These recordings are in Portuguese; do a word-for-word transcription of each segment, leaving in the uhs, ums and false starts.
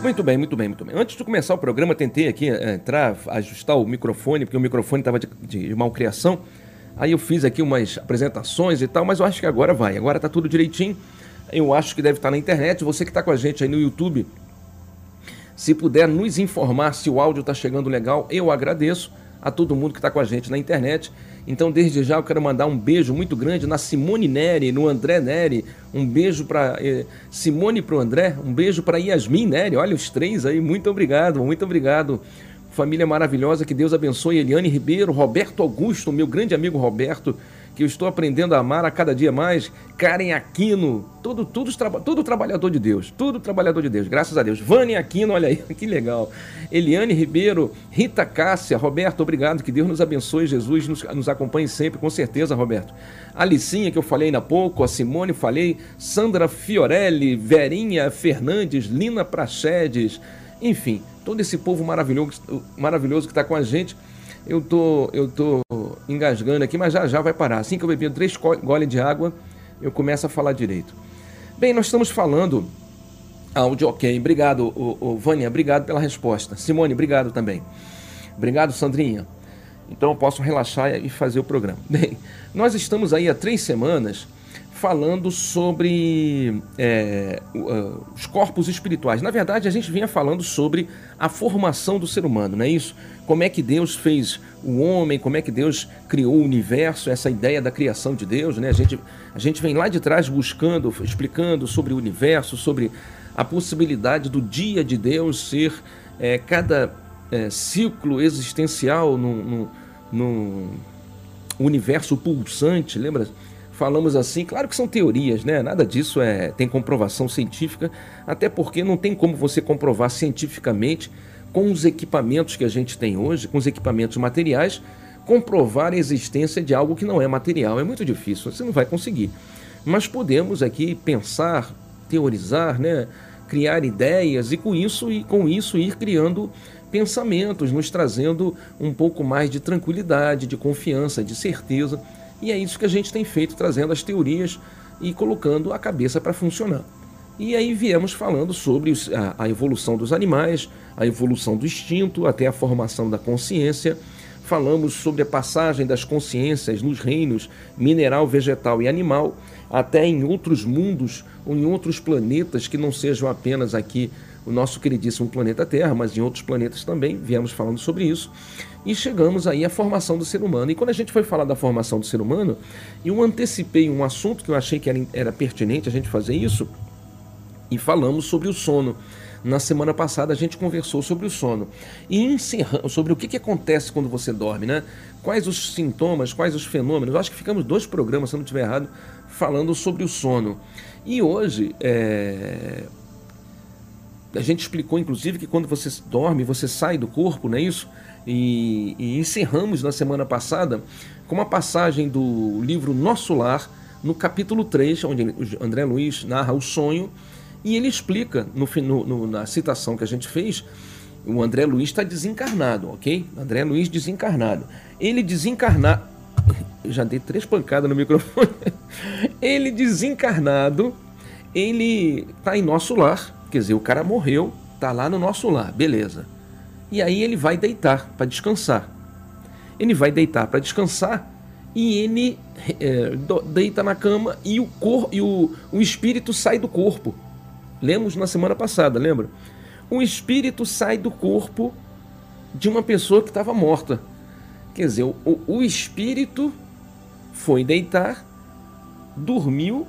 Muito bem, muito bem, muito bem. Antes de começar o programa, tentei aqui é, entrar, ajustar o microfone, porque o microfone estava de, de malcriação. Aí eu fiz aqui umas apresentações e tal, mas eu acho que agora vai. Agora tá tudo direitinho. Eu acho que deve estar na internet. Você que está com a gente aí no YouTube, se puder nos informar se o áudio está chegando legal, eu agradeço a todo mundo que está com a gente na internet. Então, desde já, eu quero mandar um beijo muito grande na Simone Neri, no André Neri, um beijo para eh, Simone para o André, um beijo para Yasmin Neri, olha os três aí, muito obrigado, muito obrigado. Família maravilhosa, que Deus abençoe. Eliane Ribeiro, Roberto Augusto, meu grande amigo Roberto, que eu estou aprendendo a amar a cada dia mais. Karen Aquino, tudo, tudo, tudo trabalhador de Deus, tudo trabalhador de Deus, graças a Deus. Vânia Aquino, olha aí, que legal. Eliane Ribeiro, Rita Cássia, Roberto, obrigado, que Deus nos abençoe, Jesus nos, nos acompanhe sempre, com certeza, Roberto. Alicinha, que eu falei ainda há pouco, a Simone, falei, Sandra Fiorelli, Verinha Fernandes, Lina Prachedes, enfim, todo esse povo maravilhoso, maravilhoso que está com a gente. Eu tô, eu tô engasgando aqui, mas já já vai parar. Assim que eu beber três goles de água, eu começo a falar direito. Bem, nós estamos falando... Áudio ok. Obrigado, o, o, Vânia, obrigado pela resposta. Simone, obrigado também. Obrigado, Sandrinha. Então eu posso relaxar e fazer o programa. Bem, nós estamos aí há três semanas falando sobre é, os corpos espirituais. Na verdade, a gente vinha falando sobre a formação do ser humano, não é isso? Como é que Deus fez o homem, como é que Deus criou o universo, essa ideia da criação de Deus, né? A gente, a gente vem lá de trás buscando, explicando sobre o universo, sobre a possibilidade do dia de Deus ser é, cada é, ciclo existencial no, no, no universo pulsante, lembra? Falamos assim, claro que são teorias, né? Nada disso é, tem comprovação científica, até porque não tem como você comprovar cientificamente, com os equipamentos que a gente tem hoje, com os equipamentos materiais, comprovar a existência de algo que não é material. É muito difícil, você não vai conseguir. Mas podemos aqui pensar, teorizar, né? Criar ideias e com isso, e com isso ir criando pensamentos, nos trazendo um pouco mais de tranquilidade, de confiança, de certeza. E é isso que a gente tem feito, trazendo as teorias e colocando a cabeça para funcionar. E aí viemos falando sobre a evolução dos animais, a evolução do instinto, até a formação da consciência. Falamos sobre a passagem das consciências nos reinos mineral, vegetal e animal, até em outros mundos ou em outros planetas que não sejam apenas aqui o nosso queridíssimo planeta Terra, mas em outros planetas também, viemos falando sobre isso. E chegamos aí à formação do ser humano. E quando a gente foi falar da formação do ser humano, eu antecipei um assunto que eu achei que era, era pertinente a gente fazer isso, e falamos sobre o sono. Na semana passada a gente conversou sobre o sono. E encerramos sobre o que, que acontece quando você dorme, né? Quais os sintomas, quais os fenômenos. Eu acho que ficamos dois programas, se eu não estiver errado, falando sobre o sono. E hoje, é... a gente explicou, inclusive, que quando você dorme, você sai do corpo, não é isso? E, e encerramos na semana passada com uma passagem do livro Nosso Lar, no capítulo três, onde o André Luiz narra o sonho, e ele explica, no, no, na citação que a gente fez, o André Luiz está desencarnado, ok? André Luiz desencarnado. Ele desencarnado... Eu já dei três pancadas no microfone. Ele desencarnado, ele está em nosso lar, quer dizer, o cara morreu, está lá no nosso lar, beleza. E aí ele vai deitar para descansar. Ele vai deitar para descansar e ele é, deita na cama e, o, cor, e o, o espírito sai do corpo. Lemos na semana passada, lembra? O espírito sai do corpo de uma pessoa que estava morta. Quer dizer, o, o espírito foi deitar, dormiu,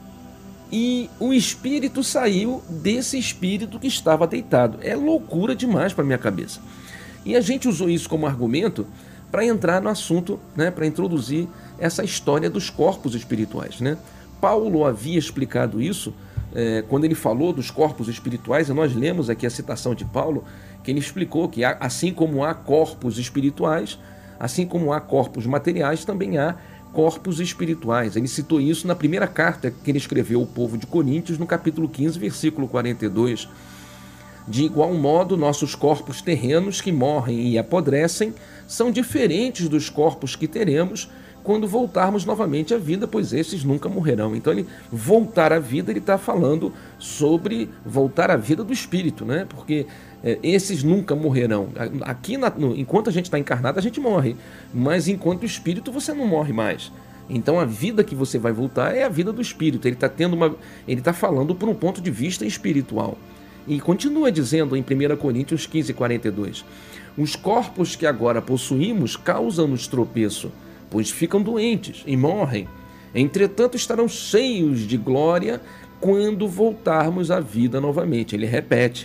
e o espírito saiu desse espírito que estava deitado. É loucura demais para minha cabeça. E a gente usou isso como argumento para entrar no assunto, né, para introduzir essa história dos corpos espirituais, né? Paulo havia explicado isso é, quando ele falou dos corpos espirituais, e nós lemos aqui a citação de Paulo, que ele explicou que há, assim como há corpos espirituais, assim como há corpos materiais, também há corpos espirituais. Ele citou isso na primeira carta que ele escreveu ao povo de Coríntios, no capítulo quinze, versículo quarenta e dois. De igual modo, nossos corpos terrenos que morrem e apodrecem são diferentes dos corpos que teremos quando voltarmos novamente à vida, pois esses nunca morrerão. Então, ele voltar à vida, ele está falando sobre voltar à vida do espírito, né? Porque é, esses nunca morrerão. Aqui, na, no, enquanto a gente está encarnado, a gente morre, mas enquanto espírito, você não morre mais. Então, a vida que você vai voltar é a vida do espírito. Ele está tendo uma, ele está falando por um ponto de vista espiritual. E continua dizendo em primeira Coríntios quinze, quarenta e dois: os corpos que agora possuímos causam-nos tropeço, pois ficam doentes e morrem. Entretanto, estarão cheios de glória quando voltarmos à vida novamente. Ele repete: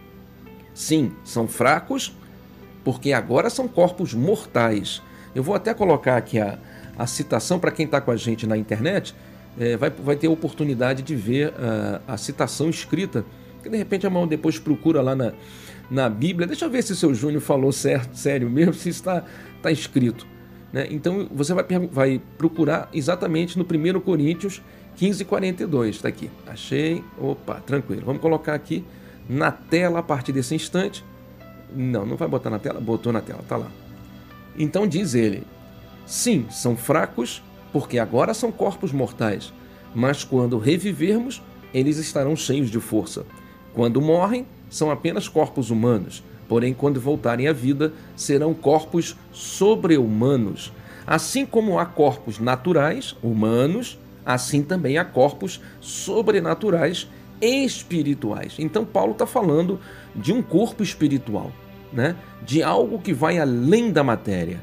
sim, são fracos, porque agora são corpos mortais. Eu vou até colocar aqui a, a citação para quem está com a gente na internet, é, vai, vai ter a oportunidade de ver a, a citação escrita, que de repente a mão depois procura lá na, na Bíblia. Deixa eu ver se o seu Júnior falou certo, sério mesmo, se está tá escrito. Né? Então você vai, vai procurar exatamente no primeira Coríntios quinze, quarenta e dois. Está aqui. Achei. Opa, tranquilo. Vamos colocar aqui na tela a partir desse instante. Não, não vai botar na tela? Botou na tela, tá lá. Então diz ele: sim, são fracos, porque agora são corpos mortais, mas quando revivermos, eles estarão cheios de força. Quando morrem, são apenas corpos humanos. Porém, quando voltarem à vida, serão corpos sobre-humanos. Assim como há corpos naturais, humanos, assim também há corpos sobrenaturais, espirituais. Então, Paulo está falando de um corpo espiritual, né? De algo que vai além da matéria.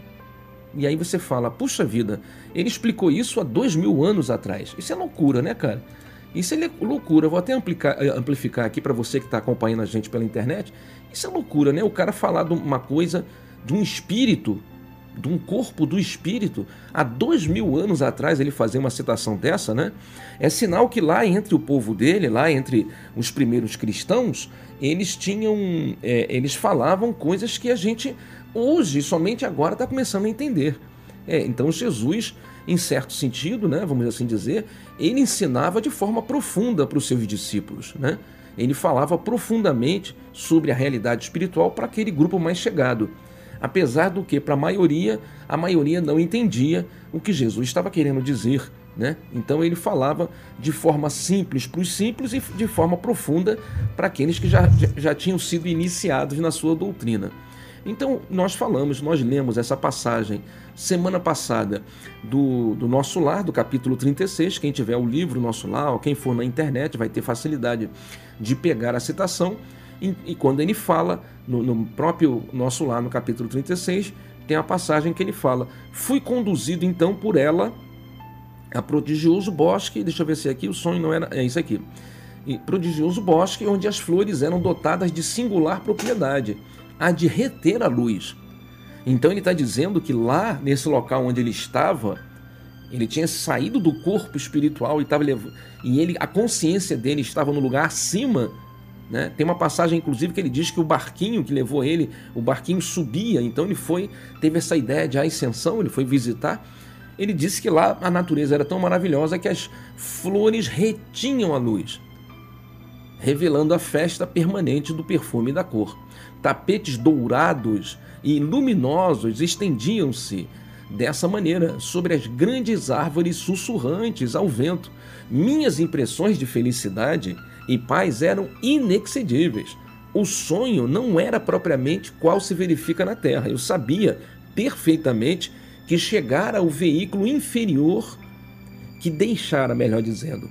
E aí você fala, puxa vida, ele explicou isso há dois mil anos atrás. Isso é loucura, né, cara? Isso é loucura. Eu vou até amplificar, amplificar aqui para você que está acompanhando a gente pela internet. Isso é loucura, né? O cara falar de uma coisa, de um espírito, de um corpo do espírito, há dois mil anos atrás ele fazer uma citação dessa, né? É sinal que lá entre o povo dele, lá entre os primeiros cristãos, eles tinham, é, eles falavam coisas que a gente hoje, somente agora, está começando a entender. É, então Jesus, em certo sentido, né, vamos assim dizer, ele ensinava de forma profunda para os seus discípulos, né? Ele falava profundamente sobre a realidade espiritual para aquele grupo mais chegado. Apesar do que, para a maioria, a maioria não entendia o que Jesus estava querendo dizer, né? Então ele falava de forma simples para os simples e de forma profunda para aqueles que já, já tinham sido iniciados na sua doutrina. Então nós falamos, nós lemos essa passagem semana passada do, do Nosso Lar, do capítulo trinta e seis. Quem tiver o livro Nosso Lar, ou quem for na internet, vai ter facilidade de pegar a citação. E, e quando ele fala, no, no próprio Nosso Lar, no capítulo trinta e seis, tem a passagem que ele fala: fui conduzido então por ela a prodigioso bosque, deixa eu ver se aqui o sonho não era, é isso aqui, e prodigioso bosque onde as flores eram dotadas de singular propriedade, a de reter a luz. Então ele está dizendo que lá, nesse local onde ele estava, ele tinha saído do corpo espiritual e, estava, e ele, a consciência dele estava no lugar acima, né? Tem uma passagem, inclusive, que ele diz que o barquinho que levou ele, o barquinho subia, então ele foi, teve essa ideia de ascensão, ele foi visitar. Ele disse que lá a natureza era tão maravilhosa que as flores retinham a luz, revelando a festa permanente do perfume e da cor. Tapetes dourados e luminosos estendiam-se dessa maneira sobre as grandes árvores sussurrantes ao vento. Minhas impressões de felicidade e paz eram inexcedíveis. O sonho não era propriamente qual se verifica na Terra. Eu sabia perfeitamente que chegara ao veículo inferior, que deixara, melhor dizendo,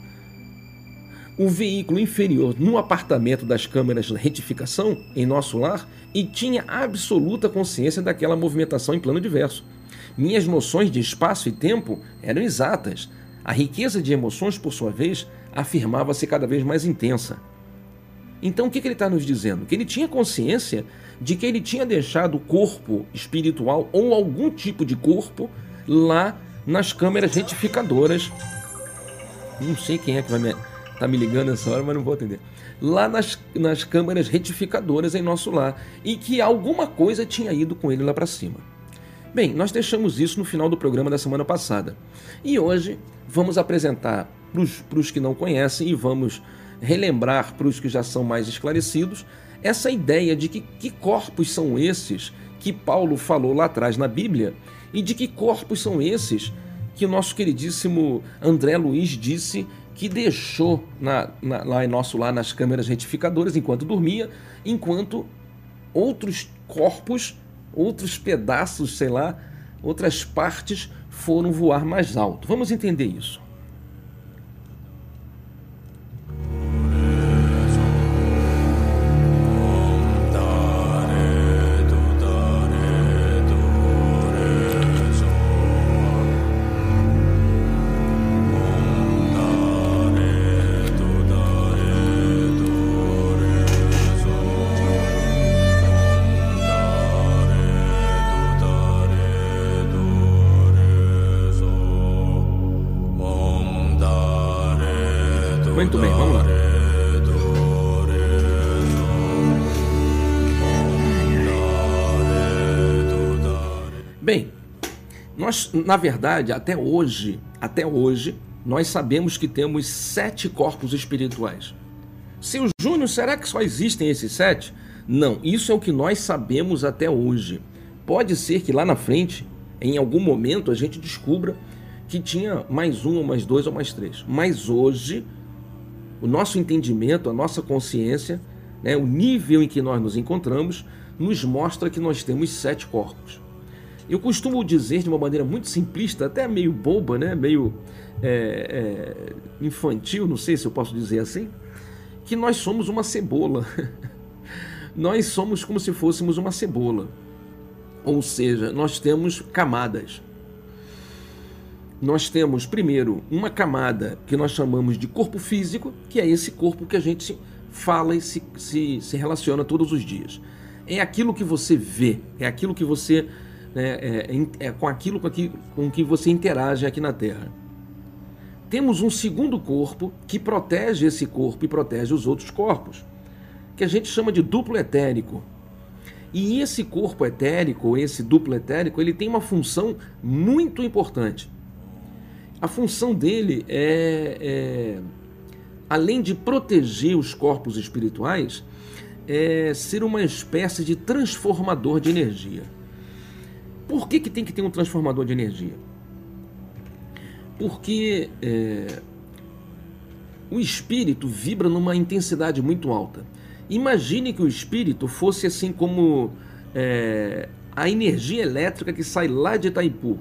o veículo inferior no apartamento das câmeras de retificação em Nosso Lar e tinha absoluta consciência daquela movimentação em plano diverso. Minhas noções de espaço e tempo eram exatas. A riqueza de emoções, por sua vez, afirmava-se cada vez mais intensa. Então o que ele está nos dizendo? Que ele tinha consciência de que ele tinha deixado o corpo espiritual ou algum tipo de corpo lá nas câmeras retificadoras. Não sei quem é que vai me... tá me ligando nessa hora, mas não vou atender. Lá nas, nas câmeras retificadoras em Nosso Lar. E que alguma coisa tinha ido com ele lá para cima. Bem, nós deixamos isso no final do programa da semana passada. E hoje vamos apresentar para os que não conhecem e vamos relembrar para os que já são mais esclarecidos essa ideia de que, que corpos são esses que Paulo falou lá atrás na Bíblia e de que corpos são esses que o nosso queridíssimo André Luiz disse que deixou na, na, lá em nosso lar nas câmeras retificadoras enquanto dormia, enquanto outros corpos, outros pedaços, sei lá, outras partes foram voar mais alto. Vamos entender isso. Muito bem, vamos lá. Bem, nós, na verdade, até hoje, até hoje, nós sabemos que temos sete corpos espirituais. Seu Júnior, será que só existem esses sete? Não, isso é o que nós sabemos até hoje. Pode ser que lá na frente, em algum momento, a gente descubra que tinha mais um, ou mais dois, ou mais três. Mas hoje, o nosso entendimento, a nossa consciência, né, o nível em que nós nos encontramos, nos mostra que nós temos sete corpos. Eu costumo dizer de uma maneira muito simplista, até meio boba, né, meio é, é, infantil, não sei se eu posso dizer assim, que nós somos uma cebola. Nós somos como se fôssemos uma cebola. Ou seja, nós temos camadas. Nós temos, primeiro, uma camada que nós chamamos de corpo físico, que é esse corpo que a gente fala e se, se, se relaciona todos os dias. É aquilo que você vê, é aquilo que você... É, é, é com aquilo com que, com que você interage aqui na Terra. Temos um segundo corpo que protege esse corpo e protege os outros corpos, que a gente chama de duplo etérico. E esse corpo etérico, esse duplo etérico, ele tem uma função muito importante. A função dele é, é além de proteger os corpos espirituais, é ser uma espécie de transformador de energia. Por que que tem que ter um transformador de energia? Porque é, o espírito vibra numa intensidade muito alta. Imagine que o espírito fosse assim como é, a energia elétrica que sai lá de Itaipu.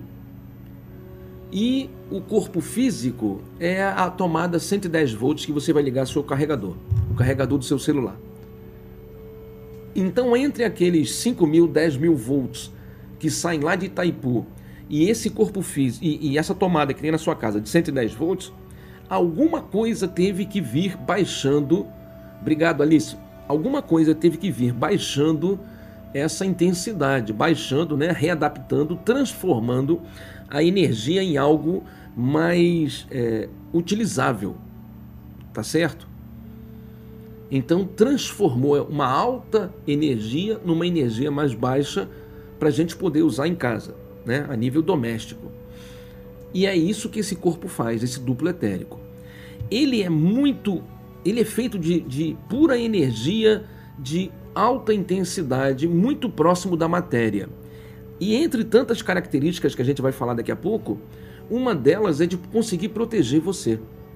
E o corpo físico é a tomada cento e dez volts que você vai ligar ao seu carregador, o carregador do seu celular. Então, entre aqueles cinco mil, dez mil volts que saem lá de Itaipu e esse corpo físico e, e essa tomada que tem na sua casa de cento e dez volts, alguma coisa teve que vir baixando. Obrigado, Alice. Alguma coisa teve que vir baixando essa intensidade, baixando, né, readaptando, transformando a energia em algo mais é, utilizável, tá certo? Então transformou uma alta energia numa energia mais baixa para a gente poder usar em casa, né, a nível doméstico. E é isso que esse corpo faz, esse duplo etérico. Ele é muito, ele é feito de, de pura energia de alta intensidade, muito próximo da matéria. E entre tantas características que a gente vai falar daqui a pouco, uma delas é de conseguir proteger você.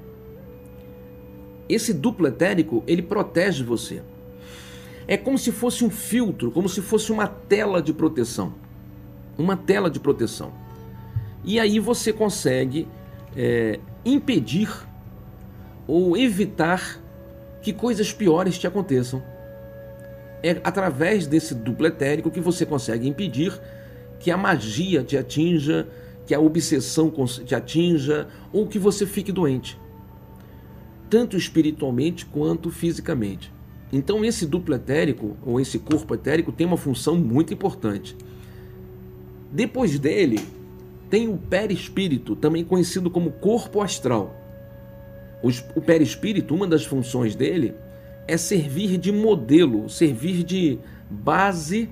Esse duplo etérico, ele protege você. É como se fosse um filtro, como se fosse uma tela de proteção. Uma tela de proteção. E aí você consegue é, impedir ou evitar que coisas piores te aconteçam. É através desse duplo etérico que você consegue impedir que a magia te atinja, que a obsessão te atinja ou que você fique doente, tanto espiritualmente quanto fisicamente. Então esse duplo etérico, ou esse corpo etérico, tem uma função muito importante. Depois dele, tem o perispírito, também conhecido como corpo astral. O perispírito, uma das funções dele, é servir de modelo, servir de base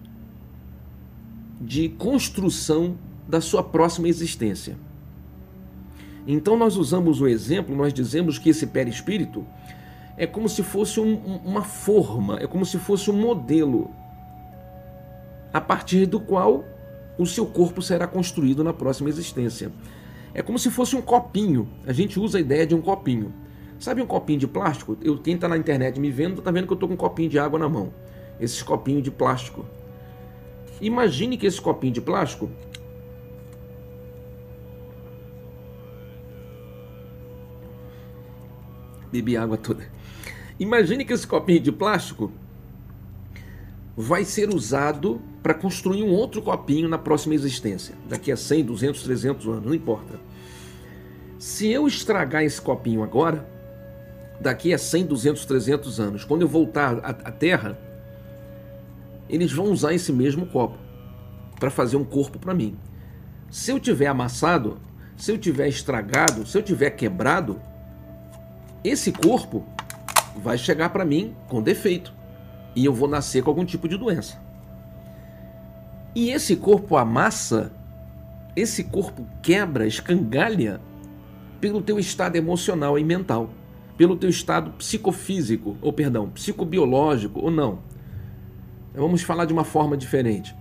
de construção da sua próxima existência. Então nós usamos o exemplo, nós dizemos que esse perispírito é como se fosse um, uma forma, é como se fosse um modelo a partir do qual o seu corpo será construído na próxima existência. É como se fosse um copinho. A gente usa a ideia de um copinho. Sabe um copinho de plástico? Eu, quem está na internet me vendo, está vendo que eu estou com um copinho de água na mão. Esses copinhos de plástico. Imagine que esse copinho de plástico... Bebi água toda. Imagine que esse copinho de plástico vai ser usado para construir um outro copinho na próxima existência. Daqui a cem, duzentos, trezentos anos, não importa. Se eu estragar esse copinho agora, daqui a cem, duzentos, trezentos anos, quando eu voltar à, à Terra, eles vão usar esse mesmo copo para fazer um corpo para mim. Se eu tiver amassado, se eu tiver estragado, se eu tiver quebrado, esse corpo vai chegar para mim com defeito e eu vou nascer com algum tipo de doença. E esse corpo amassa, esse corpo quebra, escangalha pelo teu estado emocional e mental, pelo teu estado psicofísico, ou perdão, psicobiológico ou não. Vamos falar de uma forma diferente.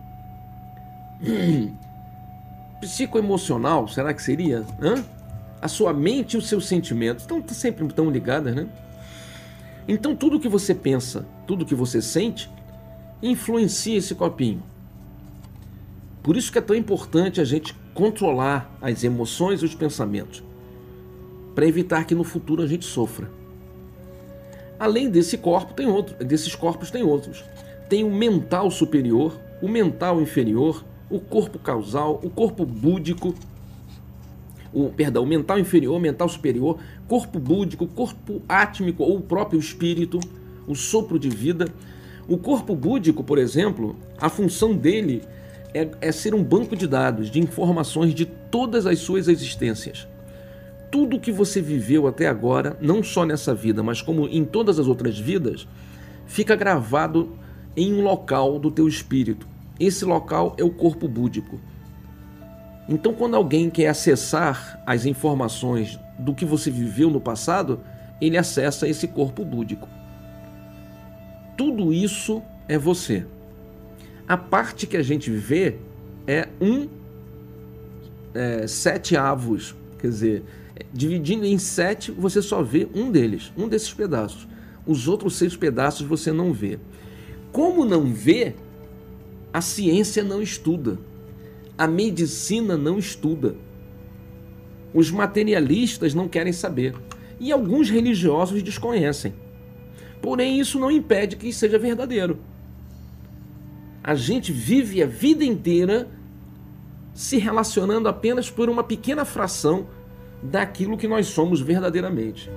Psicoemocional, será que seria? Hã? A sua mente e os seus sentimentos estão sempre tão ligadas, né? Então tudo que você pensa, tudo que você sente, influencia esse copinho. Por isso que é tão importante a gente controlar as emoções e os pensamentos, para evitar que no futuro a gente sofra. Além desse corpo, tem outro, desses corpos tem outros. Tem o mental superior, o mental inferior, o corpo causal, o corpo búdico, o, perdão, o mental inferior, mental superior, corpo búdico, corpo átmico ou o próprio espírito, o sopro de vida. O corpo búdico, por exemplo, a função dele é, é ser um banco de dados, de informações de todas as suas existências. Tudo que você viveu até agora, não só nessa vida, mas como em todas as outras vidas, fica gravado em um local do teu espírito. Esse local é o corpo búdico. Então, quando alguém quer acessar as informações do que você viveu no passado, ele acessa esse corpo búdico. Tudo isso é você. A parte que a gente vê é um é, sete avos, quer dizer, dividindo em sete, você só vê um deles, um desses pedaços. Os outros seis pedaços você não vê. Como não vê, a ciência não estuda. A medicina não estuda. Os materialistas não querem saber. E alguns religiosos desconhecem. Porém, isso não impede que seja verdadeiro. A gente vive a vida inteira se relacionando apenas por uma pequena fração daquilo que nós somos verdadeiramente.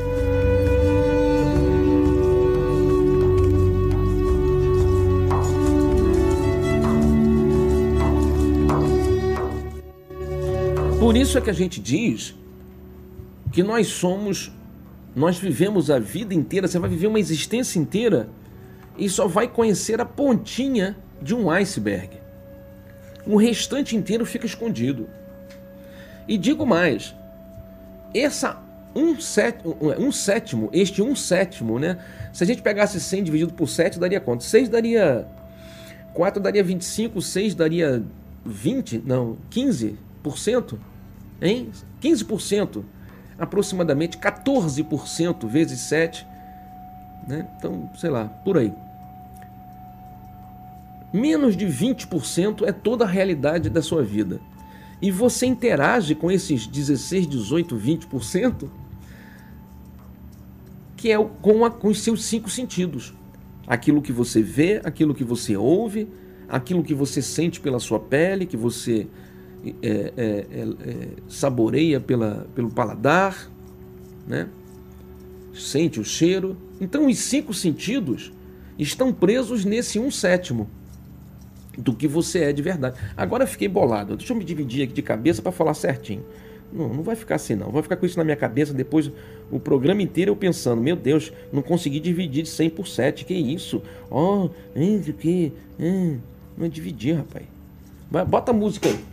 Por isso é que a gente diz que nós somos, nós vivemos a vida inteira, você vai viver uma existência inteira e só vai conhecer a pontinha de um iceberg. O restante inteiro fica escondido. E digo mais, essa um, set, um sétimo, este um sétimo, né? Se a gente pegasse cem dividido por sete, daria quanto? seis daria... quatro daria vinte e cinco, seis daria vinte, não, quinze por cento, hein? quinze por cento, aproximadamente quatorze por cento vezes sete, né? Então, sei lá, por aí. Menos de vinte por cento é toda a realidade da sua vida. E você interage com esses dezesseis, dezoito, vinte por cento, que é com, a, com os seus cinco sentidos. Aquilo que você vê, aquilo que você ouve, aquilo que você sente pela sua pele, que você é, é, é, é, saboreia pela, pelo paladar, né? Sente o cheiro. Então os cinco sentidos estão presos nesse um sétimo do que você é de verdade. Agora eu fiquei bolado. Deixa eu me dividir aqui de cabeça para falar certinho. Não, não vai ficar assim não. Vai ficar com isso na minha cabeça depois o programa inteiro eu pensando, meu Deus, não consegui dividir de cem por sete. Que isso? Ó, oh, entre que... Hum, não é dividir, rapaz. Vai, bota a música aí.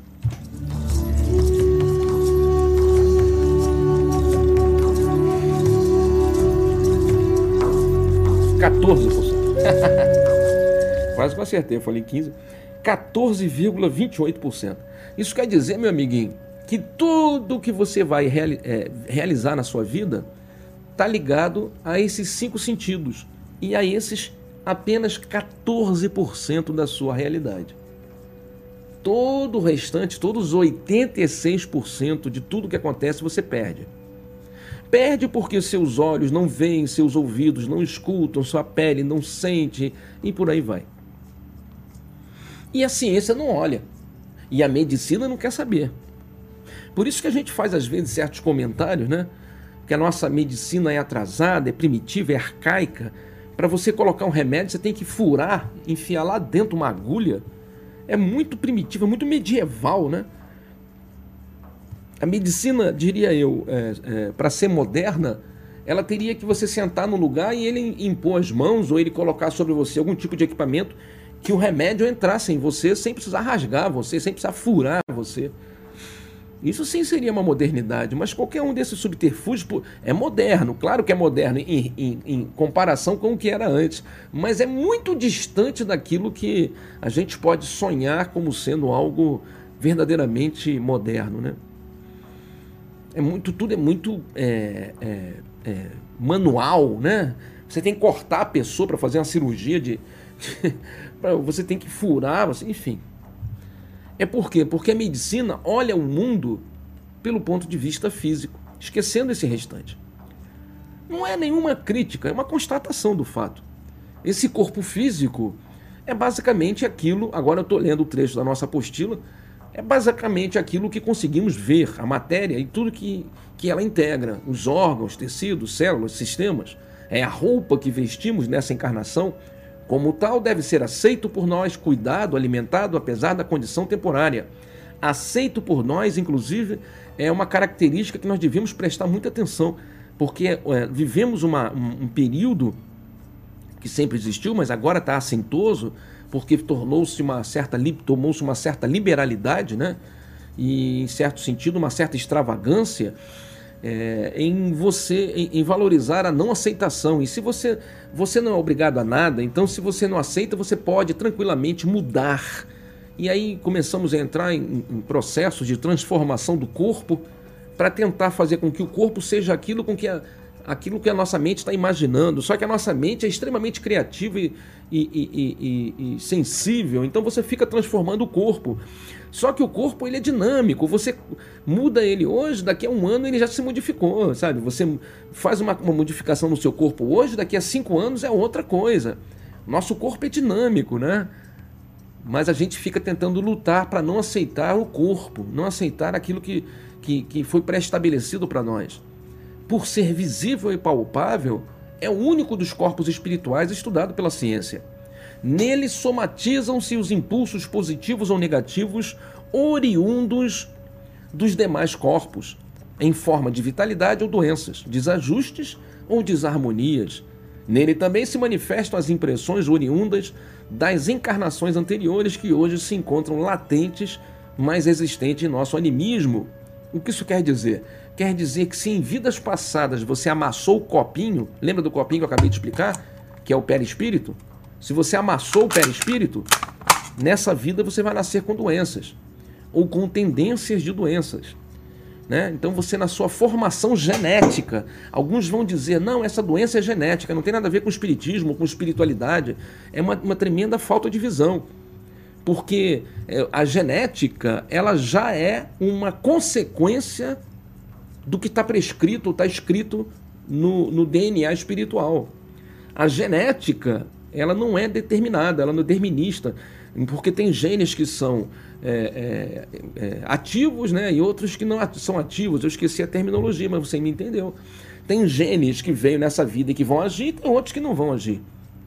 quatorze por cento. Quase que eu acertei, eu falei quinze. quatorze vírgula vinte e oito por cento. Isso quer dizer, meu amiguinho, que tudo que você vai reali é, realizar na sua vida está ligado a esses cinco sentidos e a esses apenas quatorze por cento da sua realidade. Todo o restante, todos os oitenta e seis por cento de tudo que acontece você perde. Perde porque seus olhos não veem, seus ouvidos não escutam, sua pele não sente e por aí vai. E a ciência não olha. E a medicina não quer saber. Por isso que a gente faz às vezes certos comentários, né? Que a nossa medicina é atrasada, é primitiva, é arcaica. Para você colocar um remédio, você tem que furar, enfiar lá dentro uma agulha. É muito primitiva, é muito medieval, né? A medicina, diria eu, é, é, para ser moderna, ela teria que você sentar no lugar e ele impor as mãos ou ele colocar sobre você algum tipo de equipamento que o remédio entrasse em você sem precisar rasgar você, sem precisar furar você. Isso sim seria uma modernidade, mas qualquer um desses subterfúgios é moderno, claro que é moderno em, em, em comparação com o que era antes, mas é muito distante daquilo que a gente pode sonhar como sendo algo verdadeiramente moderno, né? É muito, tudo é muito é, é, é, manual, né? Você tem que cortar a pessoa para fazer uma cirurgia de, de você tem que furar, você, enfim. É por quê? Porque a medicina olha o mundo pelo ponto de vista físico, esquecendo esse restante. Não é nenhuma crítica, é uma constatação do fato. Esse corpo físico é basicamente aquilo, agora eu estou lendo o trecho da nossa apostila, é basicamente aquilo que conseguimos ver, a matéria e tudo que, que ela integra, os órgãos, tecidos, células, sistemas. É a roupa que vestimos nessa encarnação. Como tal, deve ser aceito por nós, cuidado, alimentado, apesar da condição temporária. Aceito por nós, inclusive, é uma característica que nós devíamos prestar muita atenção, porque é, vivemos uma, um, um período que sempre existiu, mas agora está assintoso, porque tornou-se uma certa, tomou-se uma certa liberalidade, né? E, em certo sentido, uma certa extravagância, É, em você em, em valorizar a não aceitação. E se você, você não é obrigado a nada, então se você não aceita, você pode tranquilamente mudar. E aí começamos a entrar em, em processos de transformação do corpo para tentar fazer com que o corpo seja aquilo, com que a, aquilo que a nossa mente está imaginando. Só que a nossa mente é extremamente criativa e, e, e, e, e sensível, então você fica transformando o corpo. Só que o corpo ele é dinâmico, você muda ele hoje, daqui a um ano ele já se modificou, sabe? Você faz uma, uma modificação no seu corpo hoje, daqui a cinco anos é outra coisa. Nosso corpo é dinâmico, né? Mas a gente fica tentando lutar para não aceitar o corpo, não aceitar aquilo que, que, que foi pré-estabelecido para nós. Por ser visível e palpável, é o único dos corpos espirituais estudado pela ciência. Nele somatizam-se os impulsos positivos ou negativos oriundos dos demais corpos, em forma de vitalidade ou doenças, desajustes ou desarmonias. Nele também se manifestam as impressões oriundas das encarnações anteriores que hoje se encontram latentes, mas existentes em nosso animismo. O que isso quer dizer? Quer dizer que se em vidas passadas você amassou o copinho, lembra do copinho que eu acabei de explicar, que é o perispírito? Se você amassou o perispírito, nessa vida você vai nascer com doenças, ou com tendências de doenças, né? Então você, na sua formação genética, alguns vão dizer, não, essa doença é genética, não tem nada a ver com espiritismo, com espiritualidade, é uma, uma tremenda falta de visão, porque a genética ela já é uma consequência do que está prescrito, está escrito no, no D N A espiritual. A genética ela não é determinada, ela não é determinista, porque tem genes que são é, é, é, ativos, né, e outros que não são ativos. Eu esqueci a terminologia, mas você me entendeu. Tem genes que veio nessa vida e que vão agir, e tem outros que não vão agir.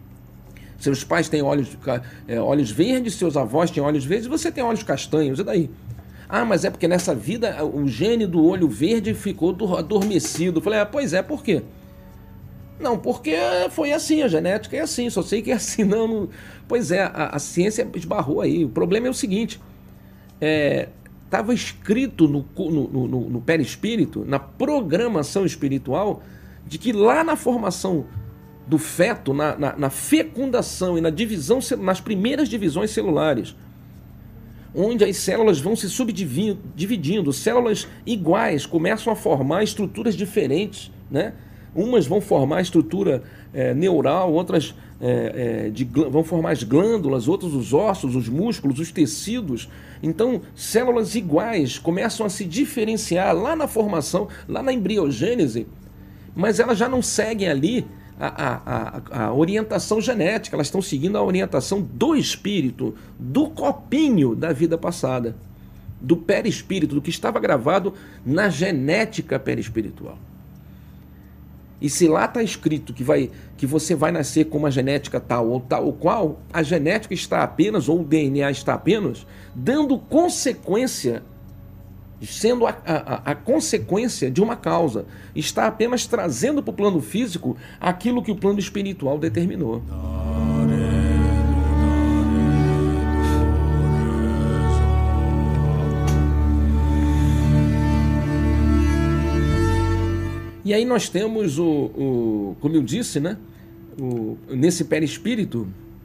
Seus pais têm olhos, é, olhos verdes, seus avós têm olhos verdes, e você tem olhos castanhos, e daí? Ah, mas é porque nessa vida o gene do olho verde ficou adormecido. Eu falei, ah, pois é, por quê? Não, porque foi assim, a genética é assim, só sei que é assim. Não, não... Pois é, a, a ciência esbarrou aí. O problema é o seguinte, estava é, escrito no, no, no, no perispírito, na programação espiritual, de que lá na formação do feto, na, na, na fecundação e na divisão, nas primeiras divisões celulares, onde as células vão se subdividindo, células iguais começam a formar estruturas diferentes, né? Umas vão formar estrutura é, neural, outras é, é, de, vão formar as glândulas, outras os ossos, os músculos, os tecidos. Então, células iguais começam a se diferenciar lá na formação, lá na embriogênese, mas elas já não seguem ali a, a, a orientação genética, elas estão seguindo a orientação do espírito, do copinho da vida passada, do perispírito, do que estava gravado na genética perispiritual. E se lá está escrito que, vai, que você vai nascer com uma genética tal ou tal ou qual, a genética está apenas, ou o D N A está apenas, dando consequência, sendo a, a, a consequência de uma causa, está apenas trazendo para o plano físico aquilo que o plano espiritual determinou. E aí nós temos o, o como eu disse, né? O, nesse perispírito,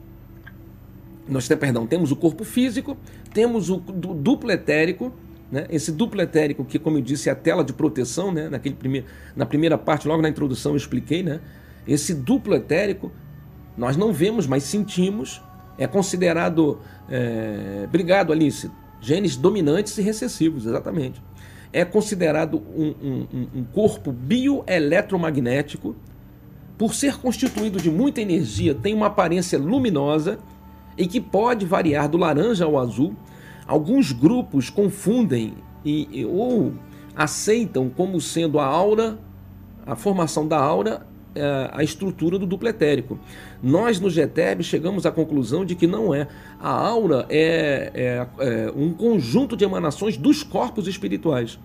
nós temos, perdão, temos o corpo físico, temos o duplo etérico, né? Esse duplo etérico que, como eu disse, é a tela de proteção, né? Naquele primeir, na primeira parte, logo na introdução eu expliquei, né? Esse duplo etérico nós não vemos, mas sentimos, é considerado, é, obrigado Alice, genes dominantes e recessivos, exatamente. É considerado um, um, um corpo bioeletromagnético, por ser constituído de muita energia, tem uma aparência luminosa e que pode variar do laranja ao azul. Alguns grupos confundem e, ou aceitam como sendo a aura, a formação da aura, a estrutura do duplo etérico. Nós no G E T E B chegamos à conclusão de que não é. A aura é, é, é um conjunto de emanações dos corpos espirituais.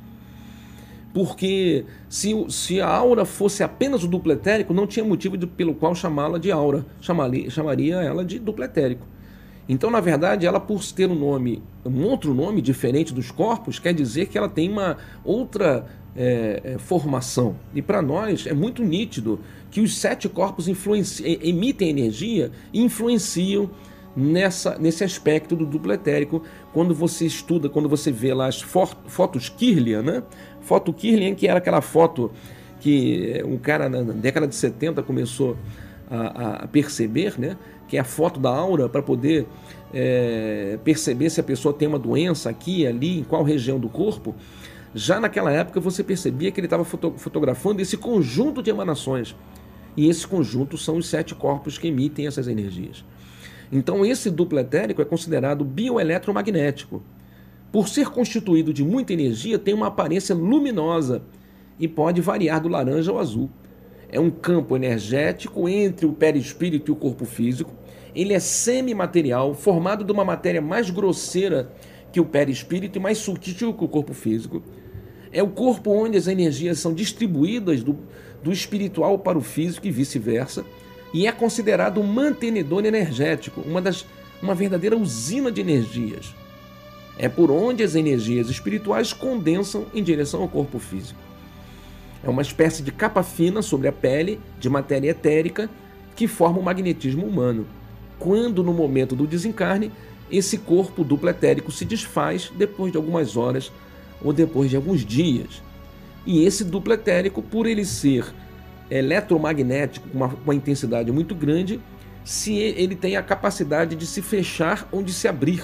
Porque se, se a aura fosse apenas o duplo etérico, não tinha motivo de, pelo qual chamá-la de aura. Chamaria, chamaria ela de duplo etérico. Então, na verdade, ela, por ter um nome, um outro nome diferente dos corpos, quer dizer que ela tem uma outra é, é, formação. E para nós é muito nítido que os sete corpos emitem energia e influenciam nessa, nesse aspecto do duplo etérico. Quando você estuda, quando você vê lá as fotos Kirlian, né? Foto Kirlian, que era aquela foto que um cara na década de setenta começou a, a perceber, né? Que é a foto da aura, para poder é, perceber se a pessoa tem uma doença aqui, ali, em qual região do corpo. Já naquela época você percebia que ele estava foto fotografando esse conjunto de emanações. E esse conjunto são os sete corpos que emitem essas energias. Então esse duplo etérico é considerado bioeletromagnético. Por ser constituído de muita energia, tem uma aparência luminosa e pode variar do laranja ao azul. É um campo energético entre o perispírito e o corpo físico. Ele é semimaterial, formado de uma matéria mais grosseira que o perispírito e mais sutil que o corpo físico. É o corpo onde as energias são distribuídas do, do espiritual para o físico e vice-versa. E é considerado um mantenedor energético, uma, das, uma verdadeira usina de energias. É por onde as energias espirituais condensam em direção ao corpo físico. É uma espécie de capa fina sobre a pele de matéria etérica que forma o magnetismo humano. Quando, no momento do desencarne, esse corpo duplo etérico se desfaz depois de algumas horas ou depois de alguns dias. E esse duplo etérico, por ele ser eletromagnético com uma, uma intensidade muito grande, se ele tem a capacidade de se fechar ou de se abrir.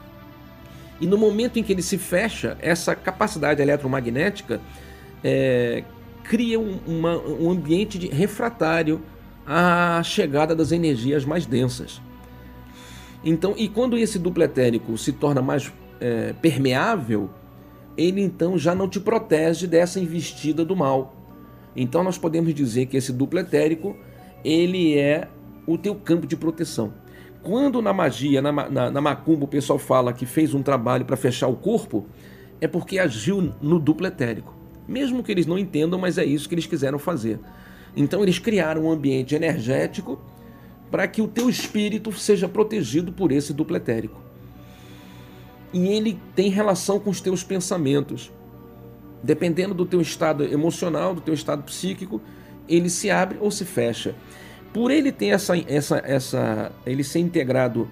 E no momento em que ele se fecha, essa capacidade eletromagnética é, cria um, uma, um ambiente de refratário à chegada das energias mais densas. Então, e quando esse duplo etérico se torna mais é, permeável, ele então já não te protege dessa investida do mal. Então nós podemos dizer que esse duplo etérico, ele é o teu campo de proteção. Quando na magia, na, na, na macumba, o pessoal fala que fez um trabalho para fechar o corpo, é porque agiu no duplo etérico. Mesmo que eles não entendam, mas é isso que eles quiseram fazer. Então eles criaram um ambiente energético para que o teu espírito seja protegido por esse duplo etérico. E ele tem relação com os teus pensamentos. Dependendo do teu estado emocional, do teu estado psíquico, ele se abre ou se fecha. Por ele ter essa, essa, essa, ele ser integrado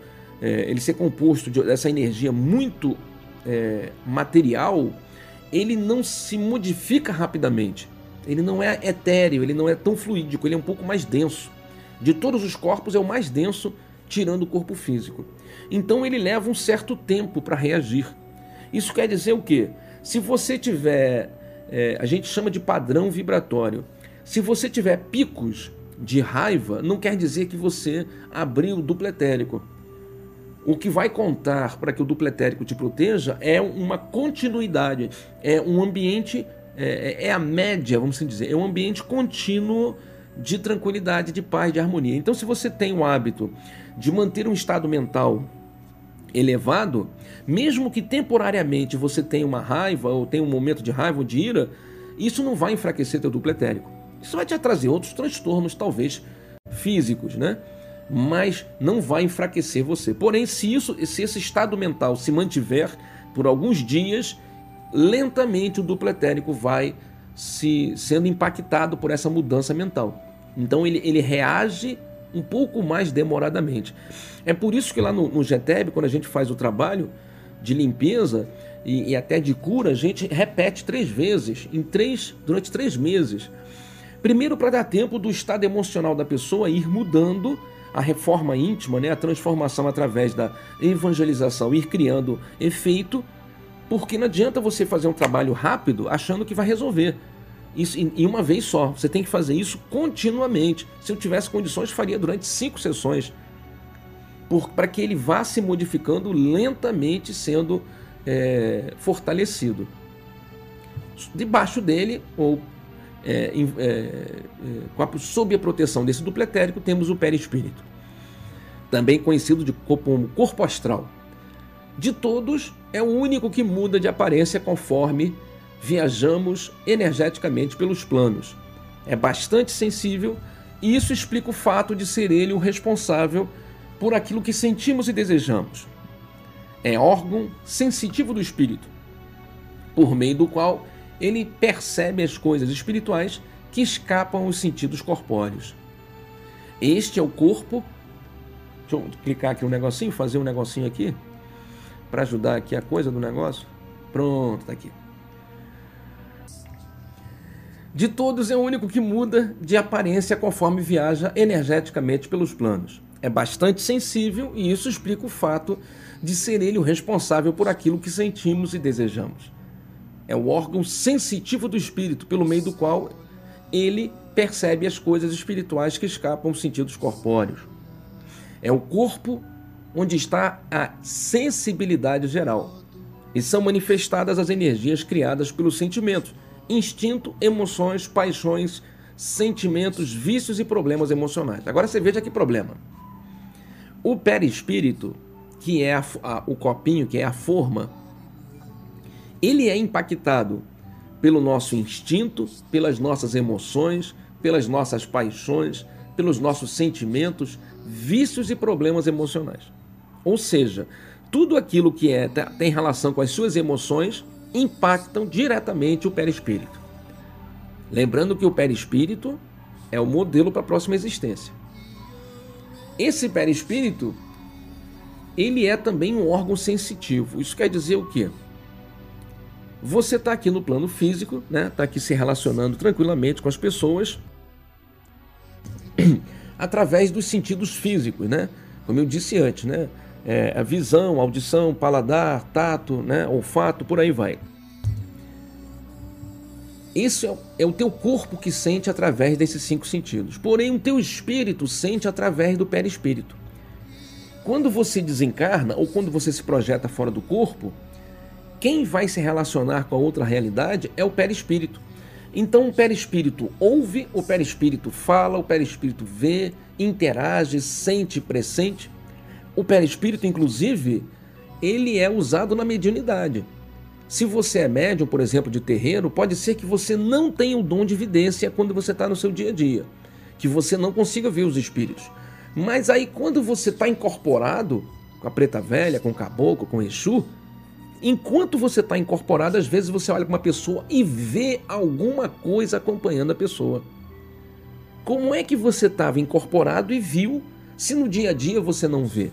é, ele ser composto de, dessa energia muito é, material, ele não se modifica rapidamente. Ele não é etéreo, ele não é tão fluídico, ele é um pouco mais denso. De todos os corpos é o mais denso, tirando o corpo físico. Então ele leva um certo tempo para reagir. Isso quer dizer o quê? Se você tiver, é, a gente chama de padrão vibratório. Se você tiver picos de raiva, não quer dizer que você abriu o duplo etérico. O que vai contar para que o duplo etérico te proteja é uma continuidade, é um ambiente, é, é a média, vamos assim dizer, é um ambiente contínuo de tranquilidade, de paz, de harmonia. Então, se você tem o hábito de manter um estado mental elevado, mesmo que temporariamente você tenha uma raiva, ou tenha um momento de raiva ou de ira, isso não vai enfraquecer teu duplo etérico. Isso vai te trazer outros transtornos, talvez físicos, né? Mas não vai enfraquecer você. Porém, se, isso, se esse estado mental se mantiver por alguns dias, lentamente o duplo etérico vai se sendo impactado por essa mudança mental. Então ele, ele reage um pouco mais demoradamente. É por isso que lá no, no G T E B, quando a gente faz o trabalho de limpeza e, e até de cura, a gente repete três vezes, em três, durante três meses. Primeiro, para dar tempo do estado emocional da pessoa ir mudando, a reforma íntima, né, a transformação através da evangelização, ir criando efeito, porque não adianta você fazer um trabalho rápido achando que vai resolver isso em uma vez só. Você tem que fazer isso continuamente. Se eu tivesse condições, faria durante cinco sessões, para que ele vá se modificando lentamente, sendo é, fortalecido. Debaixo dele, ou é, é, é, sob a proteção desse duplo etérico, temos o perispírito, também conhecido de, como corpo astral. De todos, é o único que muda de aparência conforme viajamos energeticamente pelos planos. É bastante sensível e isso explica o fato de ser ele o responsável por aquilo que sentimos e desejamos. É órgão sensitivo do espírito, por meio do qual ele percebe as coisas espirituais que escapam aos sentidos corpóreos. Este é o corpo. Deixa eu clicar aqui um negocinho, fazer um negocinho aqui, para ajudar aqui a coisa do negócio. Pronto, tá aqui. De todos, é o único que muda de aparência conforme viaja energeticamente pelos planos. É bastante sensível e isso explica o fato de ser ele o responsável por aquilo que sentimos e desejamos. É o órgão sensitivo do espírito, pelo meio do qual ele percebe as coisas espirituais que escapam aos sentidos corpóreos. É o corpo onde está a sensibilidade geral e são manifestadas as energias criadas pelos sentimentos, instinto, emoções, paixões, sentimentos, vícios e problemas emocionais. Agora você veja que problema. O perispírito, que é a, a, o copinho, que é a forma, ele é impactado pelo nosso instinto, pelas nossas emoções, pelas nossas paixões, pelos nossos sentimentos, vícios e problemas emocionais. Ou seja, tudo aquilo que é, tem relação com as suas emoções impactam diretamente o perispírito. Lembrando que o perispírito é o modelo para a próxima existência. Esse perispírito, ele é também um órgão sensitivo. Isso quer dizer o quê? Você está aqui no plano físico, né? Está aqui se relacionando tranquilamente com as pessoas através dos sentidos físicos, né? Como eu disse antes, né? É, a visão, audição, paladar, tato, né? Olfato, por aí vai. Isso é, é o teu corpo que sente através desses cinco sentidos. Porém, o teu espírito sente através do perispírito. Quando você desencarna ou quando você se projeta fora do corpo, quem vai se relacionar com a outra realidade é o perispírito. Então o perispírito ouve, o perispírito fala, o perispírito vê, interage, sente, pressente. O perispírito, inclusive, ele é usado na mediunidade. Se você é médium, por exemplo, de terreiro, pode ser que você não tenha o dom de vidência quando você está no seu dia a dia, que você não consiga ver os espíritos. Mas aí quando você está incorporado com a preta velha, com o caboclo, com o Exu, enquanto você está incorporado, às vezes você olha para uma pessoa e vê alguma coisa acompanhando a pessoa. Como é que você estava incorporado e viu, se no dia a dia você não vê?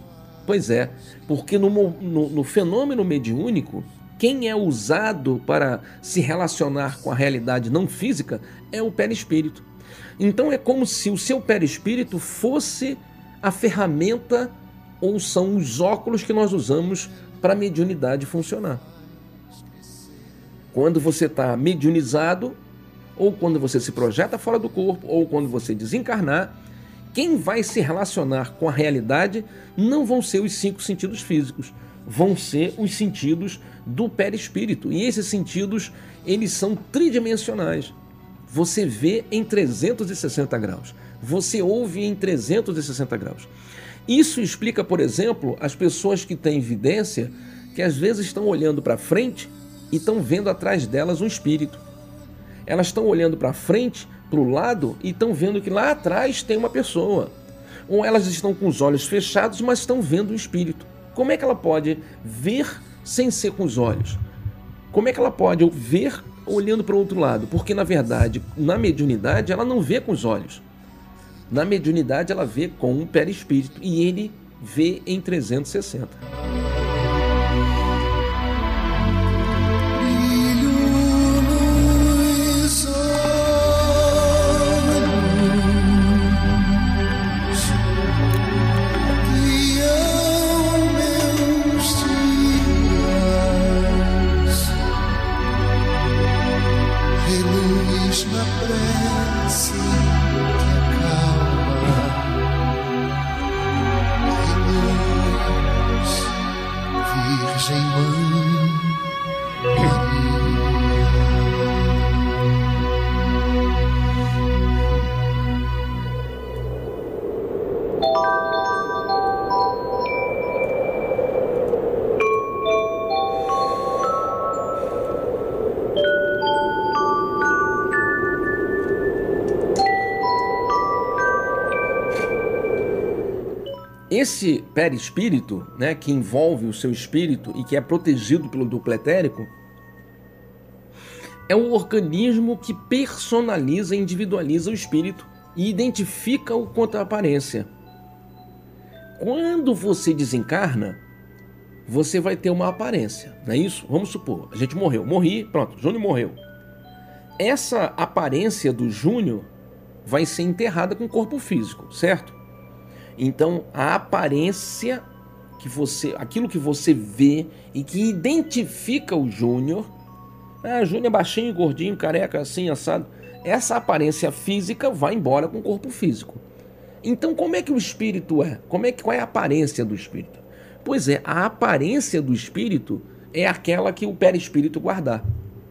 Pois é, porque no, no, no fenômeno mediúnico, quem é usado para se relacionar com a realidade não física é o perispírito. Então é como se o seu perispírito fosse a ferramenta ou são os óculos que nós usamos para a mediunidade funcionar. Quando você está mediunizado, ou quando você se projeta fora do corpo, ou quando você desencarnar, quem vai se relacionar com a realidade não vão ser os cinco sentidos físicos, vão ser os sentidos do perispírito. E esses sentidos, eles são tridimensionais. Você vê em trezentos e sessenta graus, você ouve em trezentos e sessenta graus. Isso explica, por exemplo, as pessoas que têm vidência, que às vezes estão olhando para frente e estão vendo atrás delas um espírito. Elas estão olhando para frente, para o lado, e estão vendo que lá atrás tem uma pessoa. Ou elas estão com os olhos fechados, mas estão vendo um espírito. Como é que ela pode ver sem ser com os olhos? Como é que ela pode ver olhando para o outro lado? Porque, na verdade, na mediunidade, ela não vê com os olhos. Na mediunidade, ela vê com um perispírito, e ele vê em trezentos e sessenta. Esse perispírito, né, que envolve o seu espírito e que é protegido pelo duplo etérico, é um organismo que personaliza e individualiza o espírito e identifica-o quanto à aparência. Quando você desencarna, você vai ter uma aparência, não é isso? Vamos supor, a gente morreu, morri, pronto, Júnior morreu. Essa aparência do Júnior vai ser enterrada com o corpo físico, certo? Então, a aparência, que você, aquilo que você vê e que identifica o Júnior, ah, Júnior é baixinho, gordinho, careca, assim, assado, essa aparência física vai embora com o corpo físico. Então, como é que o espírito é? Como é que, qual é a aparência do espírito? Pois é, a aparência do espírito é aquela que o perispírito guardar.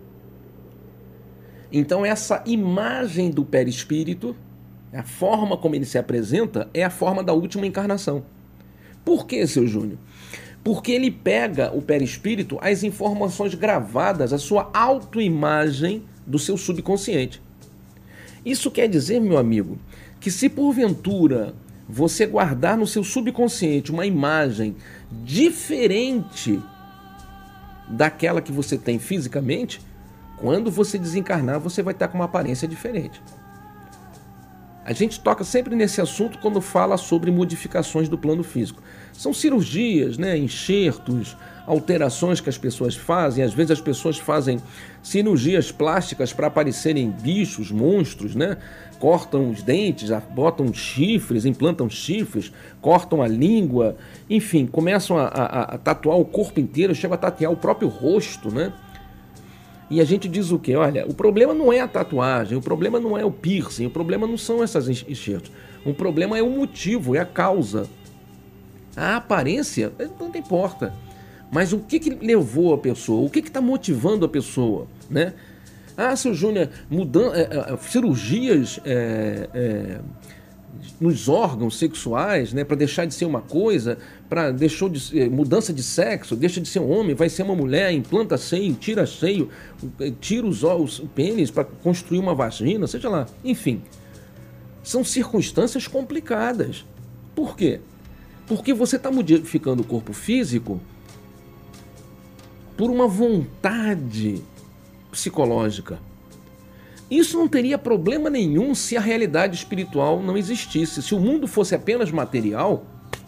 Então, essa imagem do perispírito, a forma como ele se apresenta, é a forma da última encarnação. Por que, seu Júnior? Porque ele pega o perispírito, as informações gravadas, a sua autoimagem do seu subconsciente. Isso quer dizer, meu amigo, que se porventura você guardar no seu subconsciente uma imagem diferente daquela que você tem fisicamente, quando você desencarnar, você vai estar com uma aparência diferente. A gente toca sempre nesse assunto quando fala sobre modificações do plano físico. São cirurgias, né, enxertos, alterações que as pessoas fazem. Às vezes as pessoas fazem cirurgias plásticas para aparecerem bichos, monstros, né? Cortam os dentes, botam chifres, implantam chifres, cortam a língua, enfim, começam a, a, a tatuar o corpo inteiro, chegam a tatuar o próprio rosto, né? E a gente diz o quê? Olha, o problema não é a tatuagem, o problema não é o piercing, o problema não são essas enxertos. O problema é o motivo, é a causa. A aparência não importa. Mas o que, que levou a pessoa? O que está motivando a pessoa? Né? Ah, seu Júnior, mudan é, é, cirurgias é, é, nos órgãos sexuais, né, para deixar de ser uma coisa, para deixou de é, mudança de sexo, deixa de ser um homem, vai ser uma mulher, implanta seio, tira seio, tira os os, o pênis para construir uma vagina, seja lá. Enfim, são circunstâncias complicadas. Por quê? Porque você está modificando o corpo físico por uma vontade psicológica. Isso não teria problema nenhum se a realidade espiritual não existisse. Se o mundo fosse apenas material,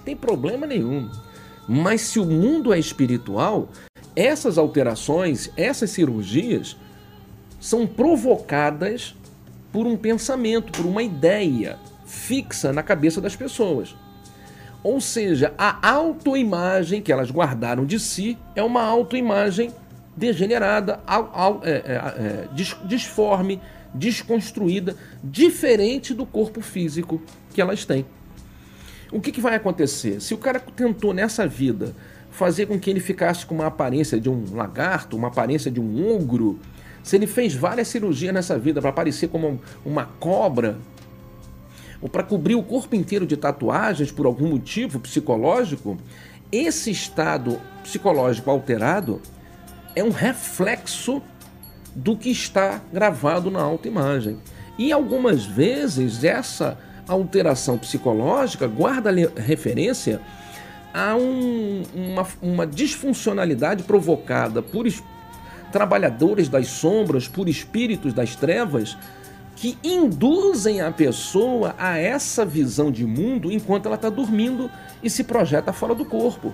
tem problema nenhum. Mas se o mundo é espiritual, essas alterações, essas cirurgias são provocadas por um pensamento, por uma ideia fixa na cabeça das pessoas. Ou seja, a autoimagem que elas guardaram de si é uma autoimagem degenerada, é, é, é, disforme, desconstruída, diferente do corpo físico que elas têm. O que, que vai acontecer? Se o cara tentou nessa vida fazer com que ele ficasse com uma aparência de um lagarto, uma aparência de um ogro, se ele fez várias cirurgias nessa vida para parecer como uma cobra, ou para cobrir o corpo inteiro de tatuagens por algum motivo psicológico, esse estado psicológico alterado é um reflexo do que está gravado na autoimagem. E algumas vezes essa alteração psicológica guarda referência a um, uma, uma disfuncionalidade provocada por trabalhadores das sombras, por espíritos das trevas, que induzem a pessoa a essa visão de mundo enquanto ela está dormindo e se projeta fora do corpo.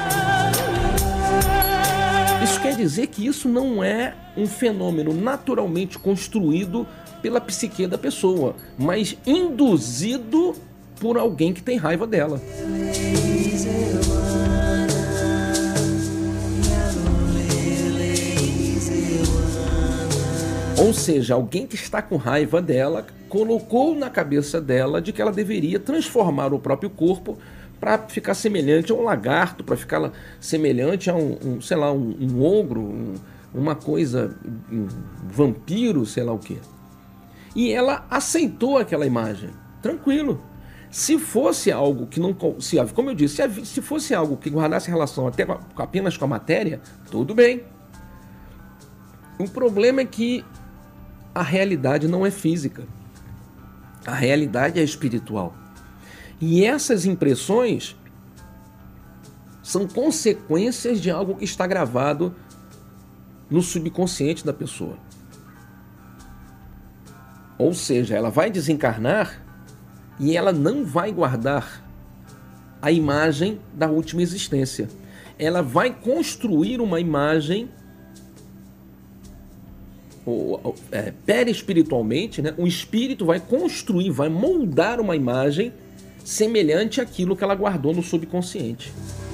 Isso quer dizer que isso não é um fenômeno naturalmente construído pela psique da pessoa, mas induzido por alguém que tem raiva dela. Ou seja, alguém que está com raiva dela colocou na cabeça dela de que ela deveria transformar o próprio corpo para ficar semelhante a um lagarto, para ficar semelhante a um, um sei lá, um, um ogro, um, uma coisa, um vampiro, sei lá o quê. E ela aceitou aquela imagem, tranquilo. Se fosse algo que não... Se, como eu disse, se, se fosse algo que guardasse relação até com a, apenas com a matéria, tudo bem. O problema é que a realidade não é física. A realidade é espiritual. E essas impressões são consequências de algo que está gravado no subconsciente da pessoa. Ou seja, ela vai desencarnar e ela não vai guardar a imagem da última existência. Ela vai construir uma imagem é, perispiritualmente, né? O espírito vai construir, vai moldar uma imagem semelhante àquilo que ela guardou no subconsciente.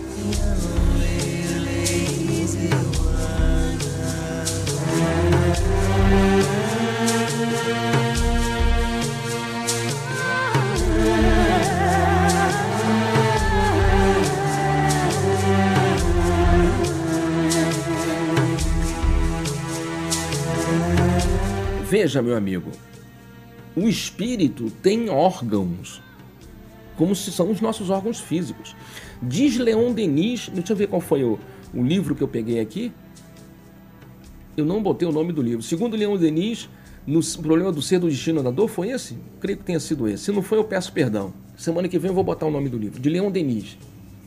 Veja, meu amigo, o espírito tem órgãos, como se são os nossos órgãos físicos. Diz Leon Denis, deixa eu ver qual foi o, o livro que eu peguei aqui. Eu não botei o nome do livro. Segundo Leon Denis, no Problema do Ser, do Destino, da Dor, foi esse? Creio que tenha sido esse. Se não foi, eu peço perdão. Semana que vem eu vou botar o nome do livro, de Leon Denis.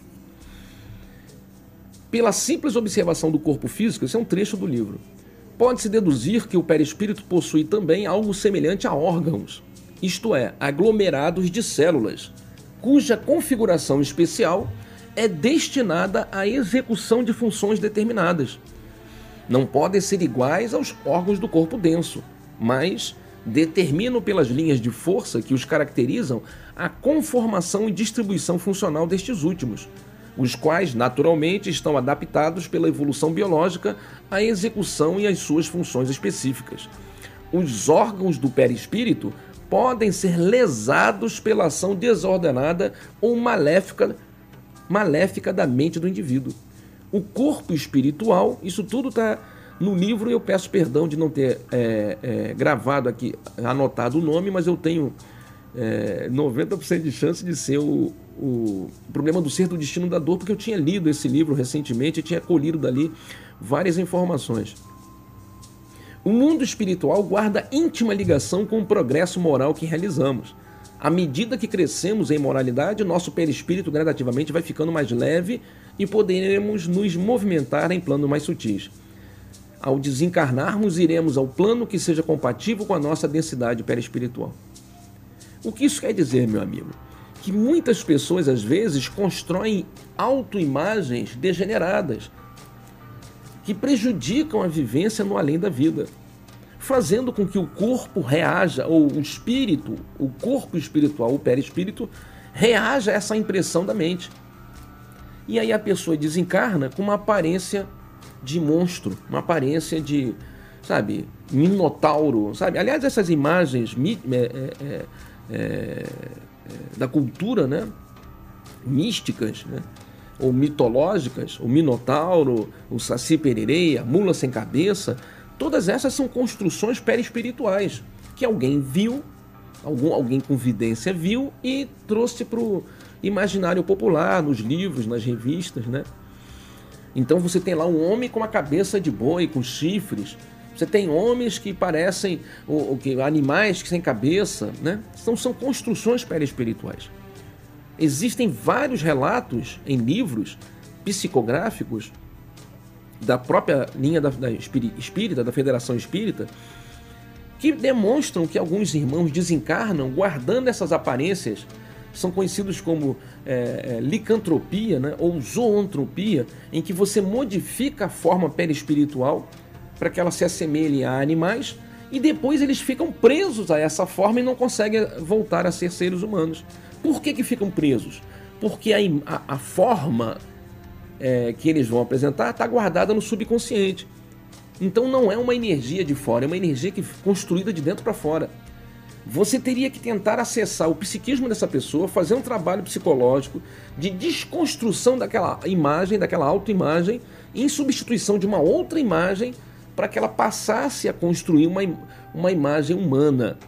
Pela simples observação do corpo físico, esse é um trecho do livro, pode-se deduzir que o perispírito possui também algo semelhante a órgãos, isto é, aglomerados de células, cuja configuração especial é destinada à execução de funções determinadas. Não podem ser iguais aos órgãos do corpo denso, mas determinam pelas linhas de força que os caracterizam a conformação e distribuição funcional destes últimos, os quais, naturalmente, estão adaptados pela evolução biológica à execução e às suas funções específicas. Os órgãos do perispírito podem ser lesados pela ação desordenada ou maléfica, maléfica da mente do indivíduo. O corpo espiritual, isso tudo está no livro, e eu peço perdão de não ter é, é, gravado aqui, anotado o nome, mas eu tenho é, noventa por cento de chance de ser o O Problema do Ser, do Destino, da Dor, porque eu tinha lido esse livro recentemente e tinha colhido dali várias informações. O mundo espiritual guarda íntima ligação com o progresso moral que realizamos. À medida que crescemos em moralidade, nosso perispírito gradativamente vai ficando mais leve e poderemos nos movimentar em planos mais sutis. Ao desencarnarmos, iremos ao plano que seja compatível com a nossa densidade perispiritual. O que isso quer dizer, meu amigo? que muitas pessoas, às vezes, constroem autoimagens degeneradas que prejudicam a vivência no além da vida, fazendo com que o corpo reaja, ou o espírito, o corpo espiritual, o perispírito, reaja a essa impressão da mente. E aí a pessoa desencarna com uma aparência de monstro, uma aparência de, sabe, minotauro, sabe? Aliás, essas imagens é, é, é, é, da cultura, né, místicas, né, ou mitológicas, o minotauro, o saci pererê, a mula sem cabeça, todas essas são construções perispirituais que alguém viu, algum, alguém com vidência viu e trouxe para o imaginário popular, nos livros, nas revistas, né? Então você tem lá um homem com uma cabeça de boi, com chifres. Você tem homens que parecem o, o que, animais sem cabeça, né? Então são construções perispirituais. Existem vários relatos em livros psicográficos da própria linha da, da espírita, da Federação Espírita, que demonstram que alguns irmãos desencarnam guardando essas aparências. São conhecidos como é, é, licantropia, né, ou zoantropia, em que você modifica a forma perispiritual para que ela se assemelhe a animais e depois eles ficam presos a essa forma e não conseguem voltar a ser seres humanos. Por que que ficam presos? Porque a, a, a forma é, que eles vão apresentar está guardada no subconsciente. Então não é uma energia de fora, é uma energia que construída de dentro para fora. Você teria que tentar acessar o psiquismo dessa pessoa, fazer um trabalho psicológico de desconstrução daquela imagem, daquela autoimagem, em substituição de uma outra imagem, para que ela passasse a construir uma, uma imagem humana.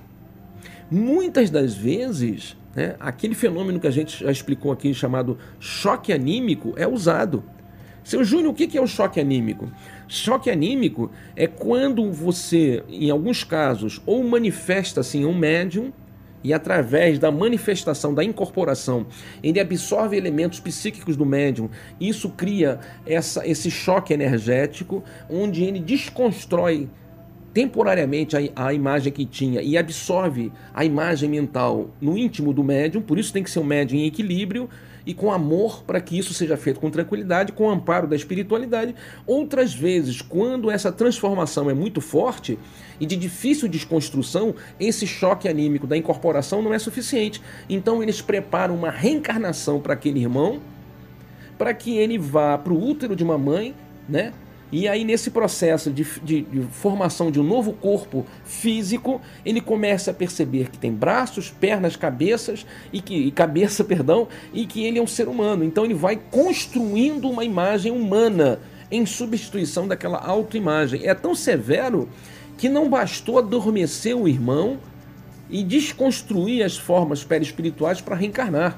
Muitas das vezes, né, aquele fenômeno que a gente já explicou aqui, chamado choque anímico, é usado. Seu Júnior, o que é o choque anímico? Choque anímico é quando você, em alguns casos, ou manifesta-se em um médium, e através da manifestação, da incorporação, ele absorve elementos psíquicos do médium. Isso cria essa, esse choque energético, onde ele desconstrói temporariamente a, a imagem que tinha e absorve a imagem mental no íntimo do médium. Por isso tem que ser um médium em equilíbrio e com amor, para que isso seja feito com tranquilidade, com o amparo da espiritualidade. Outras vezes, quando essa transformação é muito forte e de difícil desconstrução, esse choque anímico da incorporação não é suficiente. Então eles preparam uma reencarnação para aquele irmão, para que ele vá para o útero de uma mãe, né? E aí, nesse processo de, de, de formação de um novo corpo físico, ele começa a perceber que tem braços, pernas, cabeças e que e cabeça, perdão, e que ele é um ser humano. Então ele vai construindo uma imagem humana em substituição daquela autoimagem. É tão severo que não bastou adormecer o irmão e desconstruir as formas perispirituais para reencarnar.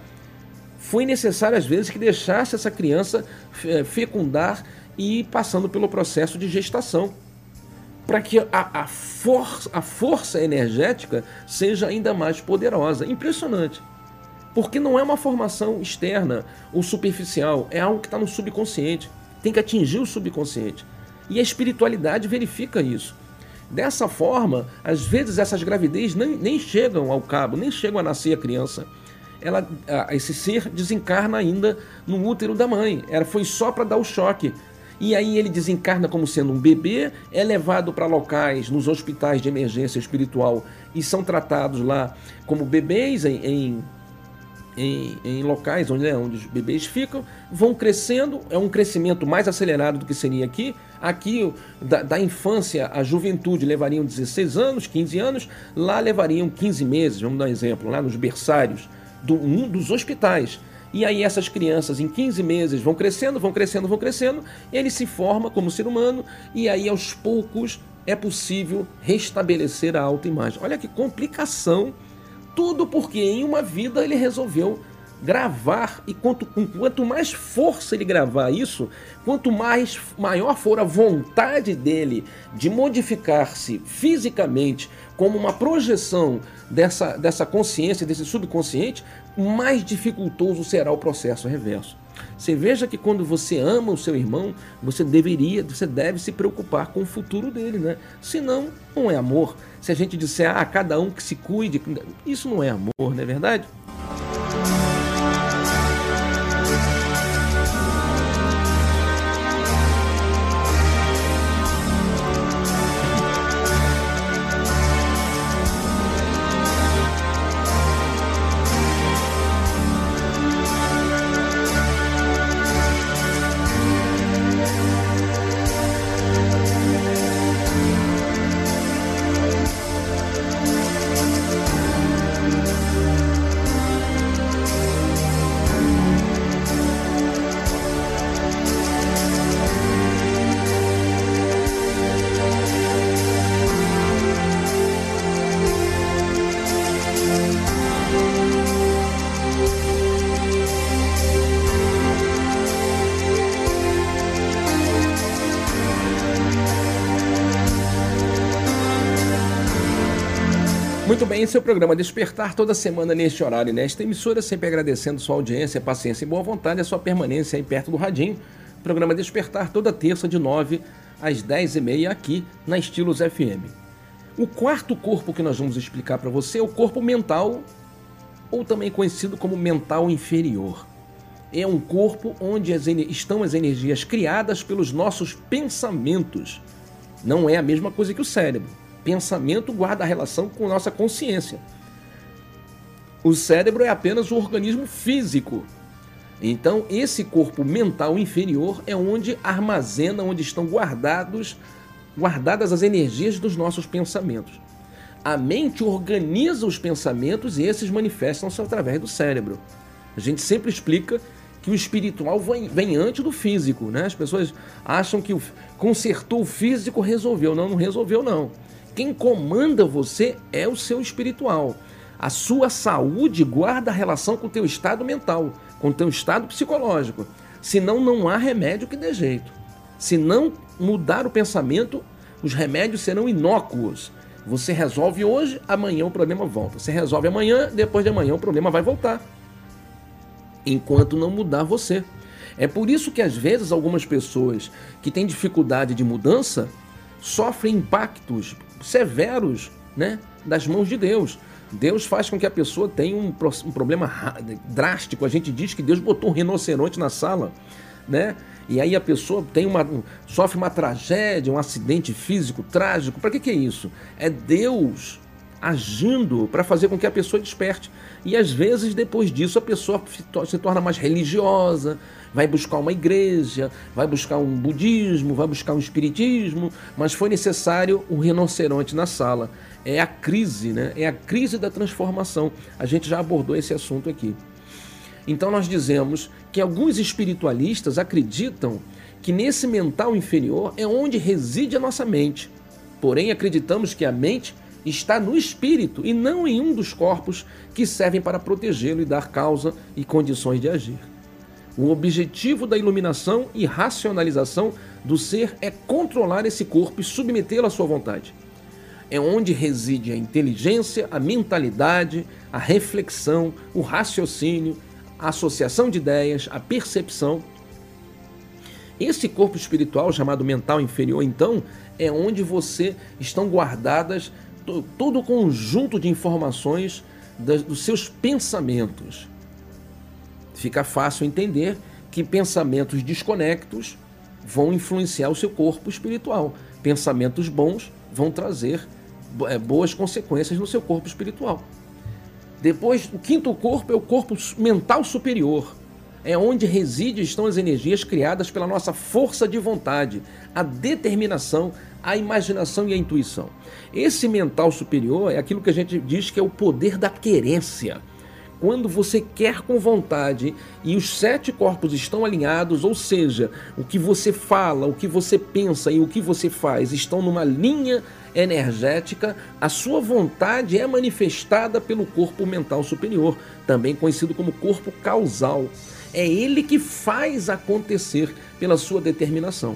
Foi necessário, às vezes, que deixasse essa criança fecundar e ir passando pelo processo de gestação, para que a, a, for, a força energética seja ainda mais poderosa. Impressionante. Porque não é uma formação externa ou superficial, é algo que está no subconsciente. Tem que atingir o subconsciente. E a espiritualidade verifica isso. Dessa forma, às vezes essas gravidez nem, nem chegam ao cabo, nem chegam a nascer a criança. Ela, esse ser desencarna ainda no útero da mãe. Era, foi só para dar o choque. E aí ele desencarna como sendo um bebê, é levado para locais, nos hospitais de emergência espiritual, e são tratados lá como bebês em, em, em, em locais onde, né, onde os bebês ficam, vão crescendo, é um crescimento mais acelerado do que seria aqui. Aqui, da, da infância à juventude, levariam dezesseis anos, quinze anos, lá levariam quinze meses, vamos dar um exemplo, lá nos berçários do, um dos hospitais. E aí essas crianças em quinze meses vão crescendo, vão crescendo, vão crescendo, ele se forma como ser humano e aí aos poucos é possível restabelecer a autoimagem. Olha que complicação, tudo porque em uma vida ele resolveu gravar, e quanto, quanto mais força ele gravar isso, quanto mais maior for a vontade dele de modificar-se fisicamente como uma projeção dessa, dessa consciência, desse subconsciente, mais dificultoso será o processo reverso. Você veja que quando você ama o seu irmão, você deveria, você deve se preocupar com o futuro dele, né? Senão, não é amor. Se a gente disser, ah, cada um que se cuide, isso não é amor, não é verdade? Muito bem, esse é o programa Despertar, toda semana neste horário, nesta emissora, sempre agradecendo sua audiência, paciência e boa vontade, a sua permanência aí perto do radinho. Programa Despertar, toda terça de nove às dez e meia aqui na Estilos F M. O quarto corpo que nós vamos explicar para você é o corpo mental, ou também conhecido como mental inferior. É um corpo onde as, estão as energias criadas pelos nossos pensamentos. Não é a mesma coisa que o cérebro. Pensamento guarda relação com nossa consciência. O cérebro é apenas o organismo físico. Então, esse corpo mental inferior é onde armazena, onde estão guardados, guardadas as energias dos nossos pensamentos. A mente organiza os pensamentos e esses manifestam-se através do cérebro. A gente sempre explica que o espiritual vem, vem antes do físico, né? As pessoas acham que o, consertou o físico, resolveu. Não, não resolveu não. Quem comanda você é o seu espiritual. A sua saúde guarda relação com o teu estado mental, com o teu estado psicológico. Senão não há remédio que dê jeito. Se não mudar o pensamento, os remédios serão inócuos. Você resolve hoje, amanhã o problema volta. Você resolve amanhã, depois de amanhã o problema vai voltar. Enquanto não mudar você. É por isso que às vezes algumas pessoas que têm dificuldade de mudança sofrem impactos severos, né, das mãos de Deus. Deus faz com que a pessoa tenha um, um problema drástico. A gente diz que Deus botou um rinoceronte na sala, né? E aí a pessoa tem uma, sofre uma tragédia, um acidente físico trágico. Para que que é isso? É Deus agindo para fazer com que a pessoa desperte. E às vezes depois disso a pessoa se torna mais religiosa, vai buscar uma igreja, vai buscar um budismo, vai buscar um espiritismo, mas foi necessário um rinoceronte na sala. É a crise, né? É a crise da transformação. A gente já abordou esse assunto aqui. Então nós dizemos que alguns espiritualistas acreditam que nesse mental inferior é onde reside a nossa mente. Porém, acreditamos que a mente está no espírito e não em um dos corpos que servem para protegê-lo e dar causa e condições de agir. O objetivo da iluminação e racionalização do ser é controlar esse corpo e submetê-lo à sua vontade. É onde reside a inteligência, a mentalidade, a reflexão, o raciocínio, a associação de ideias, a percepção. Esse corpo espiritual, chamado mental inferior, então, é onde você estão guardadas todo o conjunto de informações das, dos seus pensamentos. Fica fácil entender que pensamentos desconectos vão influenciar o seu corpo espiritual. Pensamentos bons vão trazer é, boas consequências no seu corpo espiritual. Depois, o quinto corpo é o corpo mental superior. É onde reside estão as energias criadas pela nossa força de vontade, a determinação, a imaginação e a intuição. Esse mental superior é aquilo que a gente diz que é o poder da querência. Quando você quer com vontade e os sete corpos estão alinhados, ou seja, o que você fala, o que você pensa e o que você faz estão numa linha energética, a sua vontade é manifestada pelo corpo mental superior, também conhecido como corpo causal. É ele que faz acontecer pela sua determinação.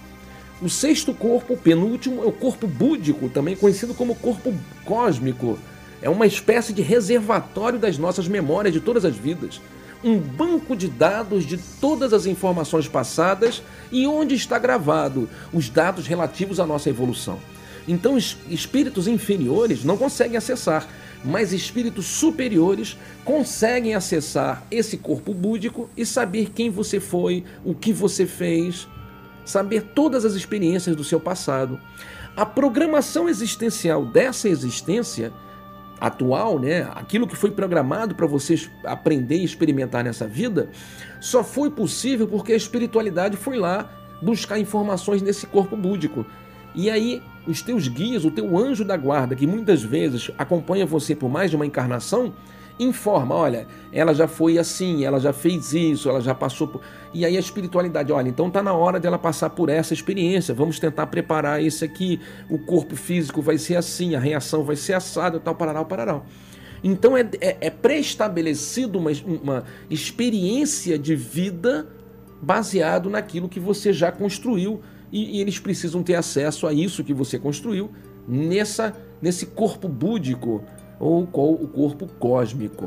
O sexto corpo, o penúltimo, é o corpo búdico, também conhecido como corpo cósmico. É uma espécie de reservatório das nossas memórias de todas as vidas. Um banco de dados de todas as informações passadas e onde está gravado os dados relativos à nossa evolução. Então, espíritos inferiores não conseguem acessar, mas espíritos superiores conseguem acessar esse corpo búdico e saber quem você foi, o que você fez, saber todas as experiências do seu passado. A programação existencial dessa existência atual, né, aquilo que foi programado para você aprender e experimentar nessa vida, só foi possível porque a espiritualidade foi lá buscar informações nesse corpo búdico. E aí, os teus guias, o teu anjo da guarda, que muitas vezes acompanha você por mais de uma encarnação, informa, olha, ela já foi assim, ela já fez isso, ela já passou por... E aí a espiritualidade, olha, então está na hora dela passar por essa experiência, vamos tentar preparar esse aqui, o corpo físico vai ser assim, a reação vai ser assada, tal, parará, parará. Então é, é, é pré-estabelecido uma, uma experiência de vida baseado naquilo que você já construiu e, e eles precisam ter acesso a isso que você construiu nessa, nesse corpo búdico, ou qual o corpo cósmico.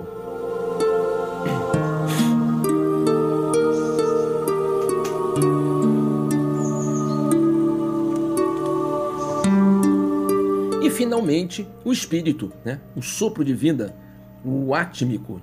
E finalmente o espírito, né? O sopro de vida, o átmico,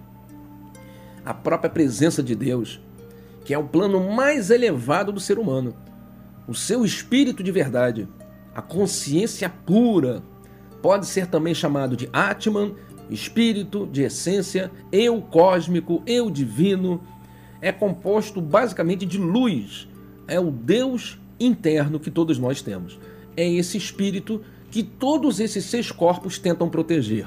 a própria presença de Deus, que é o plano mais elevado do ser humano, o seu espírito de verdade, a consciência pura, pode ser também chamado de Atman, espírito de essência, eu cósmico, eu divino, é composto basicamente de luz, é o Deus interno que todos nós temos, é esse espírito que todos esses seis corpos tentam proteger.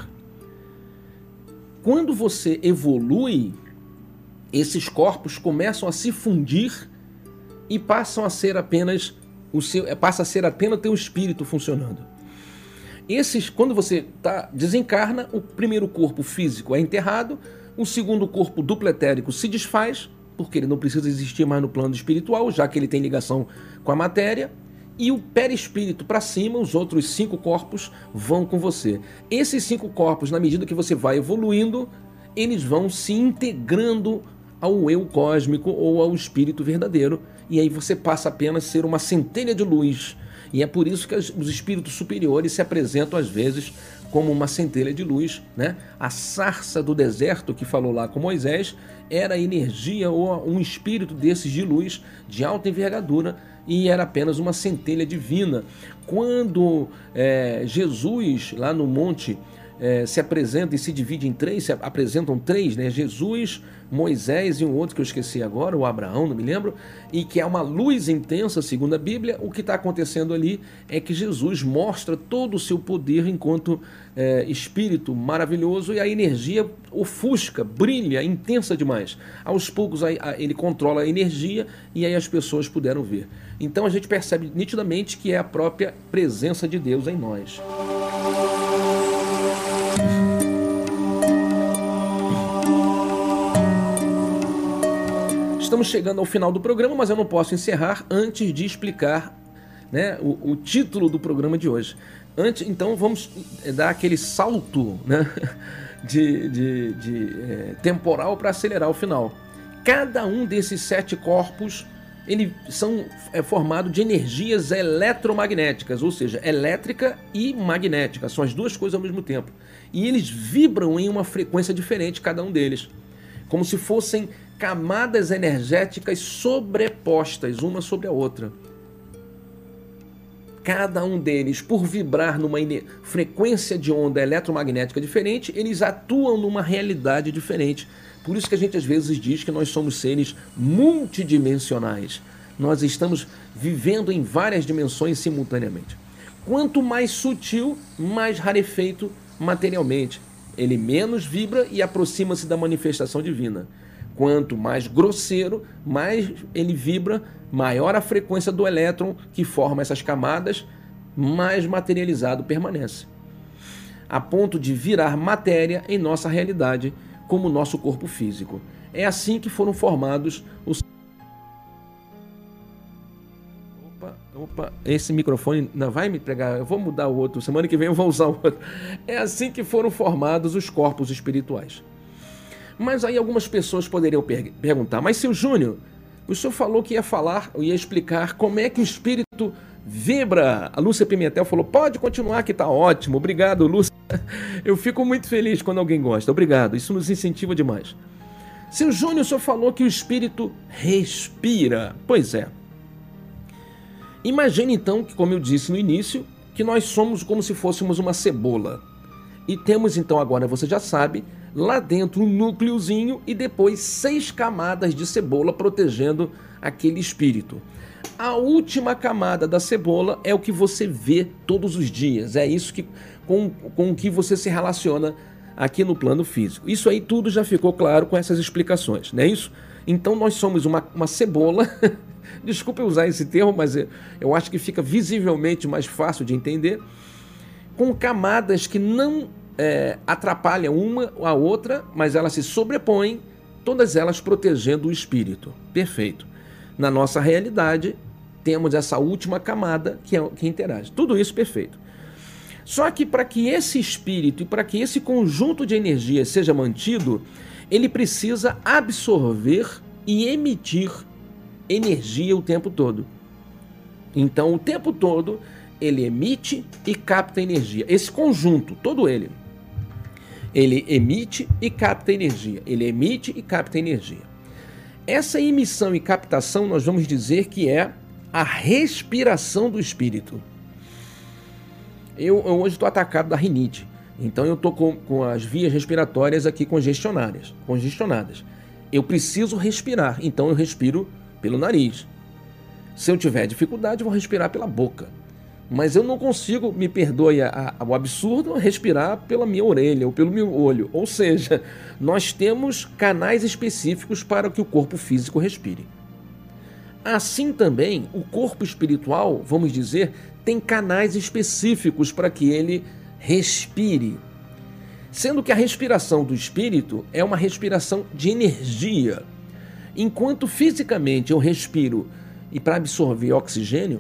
Quando você evolui, esses corpos começam a se fundir e passam a ser apenas o seu, passa a ser apenas o teu espírito funcionando. Esses, quando você tá, desencarna, o primeiro corpo físico é enterrado, o segundo corpo dupletérico se desfaz, porque ele não precisa existir mais no plano espiritual, já que ele tem ligação com a matéria, e o perispírito para cima, os outros cinco corpos vão com você. Esses cinco corpos, na medida que você vai evoluindo, eles vão se integrando ao eu cósmico ou ao espírito verdadeiro, e aí você passa apenas a ser uma centelha de luz. E é por isso que os espíritos superiores se apresentam às vezes como uma centelha de luz, né? A sarça do deserto que falou lá com Moisés era energia ou um espírito desses de luz de alta envergadura, e era apenas uma centelha divina. Quando é, Jesus, lá no monte, é, se apresenta e se divide em três, se apresentam três, né? Jesus, Moisés e um outro que eu esqueci agora, o Abraão, não me lembro, e que é uma luz intensa, segundo a Bíblia. O que está acontecendo ali é que Jesus mostra todo o seu poder enquanto é, espírito maravilhoso, e a energia ofusca, brilha, intensa demais. Aos poucos a, a, ele controla a energia e aí as pessoas puderam ver. Então a gente percebe nitidamente que é a própria presença de Deus em nós. Estamos chegando ao final do programa, mas eu não posso encerrar antes de explicar, né, o, o título do programa de hoje. Antes, então vamos dar aquele salto, né, de, de, de é, temporal para acelerar o final. Cada um desses sete corpos, eles são é, formados de energias eletromagnéticas, ou seja, elétrica e magnética, são as duas coisas ao mesmo tempo. E eles vibram em uma frequência diferente, cada um deles, como se fossem camadas energéticas sobrepostas uma sobre a outra. Cada um deles, por vibrar numa frequência de onda eletromagnética diferente, eles atuam numa realidade diferente. Por isso que a gente às vezes diz que nós somos seres multidimensionais. Nós estamos vivendo em várias dimensões simultaneamente. Quanto mais sutil, mais rarefeito materialmente. Ele menos vibra e aproxima-se da manifestação divina. Quanto mais grosseiro, mais ele vibra, maior a frequência do elétron que forma essas camadas, mais materializado permanece, a ponto de virar matéria em nossa realidade, como o nosso corpo físico. É assim que foram formados os... Opa, opa, esse microfone não vai me pegar, eu vou mudar o outro, semana que vem eu vou usar o outro. É assim que foram formados os corpos espirituais. Mas aí algumas pessoas poderiam per perguntar, mas seu Júnior, o senhor falou que ia falar, ia explicar como é que o espírito vibra. A Lúcia Pimentel falou, pode continuar que tá ótimo, obrigado Lúcia. Eu fico muito feliz quando alguém gosta, obrigado, isso nos incentiva demais. Seu Júnior, o senhor falou que o espírito respira. Pois é. Imagine então que, como eu disse no início, que nós somos como se fôssemos uma cebola. E temos então agora, você já sabe, lá dentro um núcleozinho e depois seis camadas de cebola protegendo aquele espírito. A última camada da cebola é o que você vê todos os dias, é isso que, com, com o que você se relaciona aqui no plano físico. Isso aí tudo já ficou claro com essas explicações, não é isso? Então nós somos uma, uma cebola, desculpe usar esse termo, mas eu, eu acho que fica visivelmente mais fácil de entender, com camadas que não é, atrapalham uma a outra, mas elas se sobrepõem, todas elas protegendo o espírito. Perfeito. Na nossa realidade, temos essa última camada que, é, que interage. Tudo isso perfeito. Só que para que esse espírito e para que esse conjunto de energia seja mantido, ele precisa absorver e emitir energia o tempo todo. Então, o tempo todo, ele emite e capta energia. Esse conjunto, todo ele, ele emite e capta energia. Ele emite e capta energia. Essa emissão e captação, nós vamos dizer que é a respiração do espírito. Eu, eu hoje estou atacado da rinite, então eu estou com, com as vias respiratórias aqui congestionadas, congestionadas. Eu preciso respirar, então eu respiro pelo nariz. Se eu tiver dificuldade, eu vou respirar pela boca. Mas eu não consigo, me perdoe a, a, o absurdo, respirar pela minha orelha ou pelo meu olho. Ou seja, nós temos canais específicos para que o corpo físico respire. Assim também, o corpo espiritual, vamos dizer, tem canais específicos para que ele respire. Sendo que a respiração do espírito é uma respiração de energia. Enquanto fisicamente eu respiro e para absorver oxigênio,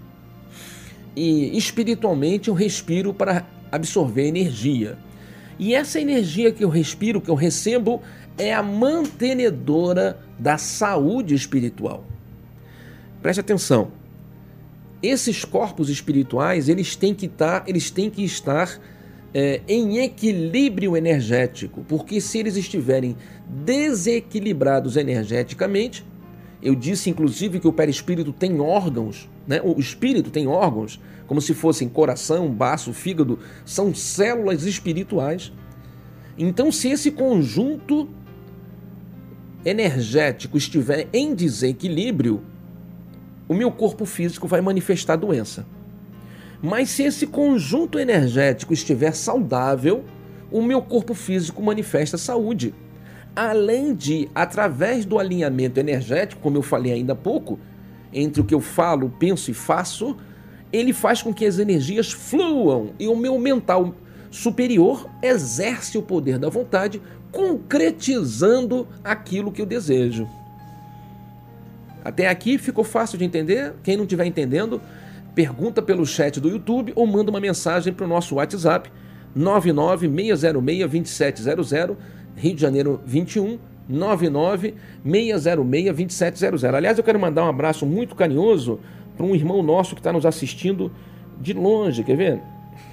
e espiritualmente eu respiro para absorver energia. E essa energia que eu respiro, que eu recebo, é a mantenedora da saúde espiritual. Preste atenção. Esses corpos espirituais, eles têm que estar, eles têm que estar é, em equilíbrio energético, porque se eles estiverem desequilibrados energeticamente, eu disse inclusive que o perispírito tem órgãos, né? O espírito tem órgãos, como se fossem coração, baço, fígado, são células espirituais. Então, se esse conjunto energético estiver em desequilíbrio, o meu corpo físico vai manifestar doença. Mas se esse conjunto energético estiver saudável, o meu corpo físico manifesta saúde. Além de, através do alinhamento energético, como eu falei ainda há pouco, entre o que eu falo, penso e faço, ele faz com que as energias fluam e o meu mental superior exerce o poder da vontade, concretizando aquilo que eu desejo. Até aqui ficou fácil de entender? Quem não estiver entendendo, pergunta pelo chat do YouTube ou manda uma mensagem para o nosso WhatsApp nove nove seis zero seis, dois sete zero zero, Rio de Janeiro vinte e um, nove nove seis zero seis, dois sete zero zero. Aliás, eu quero mandar um abraço muito carinhoso para um irmão nosso que está nos assistindo de longe, quer ver?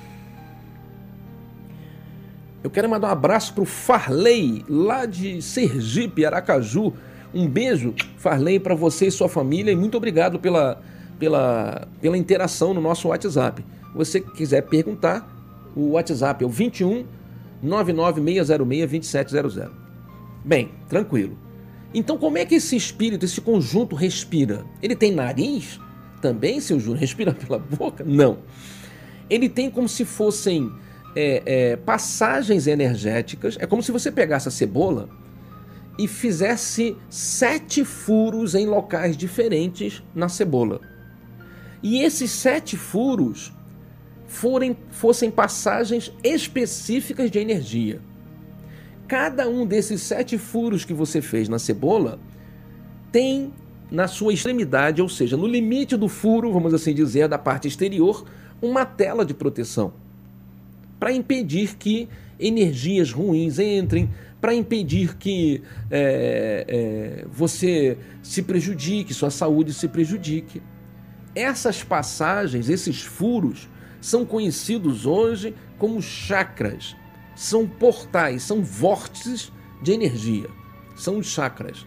Eu quero mandar um abraço para o Farley, lá de Sergipe, Aracaju. Um beijo, Farley, para você e sua família e muito obrigado pela, pela, pela interação no nosso WhatsApp. Se você quiser perguntar, o WhatsApp é o vinte e um, nove nove seis zero seis, dois sete zero zero. Bem, tranquilo. Então, como é que esse espírito, esse conjunto respira? Ele tem nariz também, seu Júnior? Respira pela boca? Não. Ele tem como se fossem é, é, passagens energéticas. É como se você pegasse a cebola e fizesse sete furos em locais diferentes na cebola. E esses sete furos forem, fossem passagens específicas de energia. Cada um desses sete furos que você fez na cebola tem na sua extremidade, ou seja, no limite do furo, vamos assim dizer, da parte exterior, uma tela de proteção para impedir que energias ruins entrem, para impedir que é, é, você se prejudique, sua saúde se prejudique. Essas passagens, esses furos, são conhecidos hoje como chakras. São portais, são vórtices de energia. São os chakras.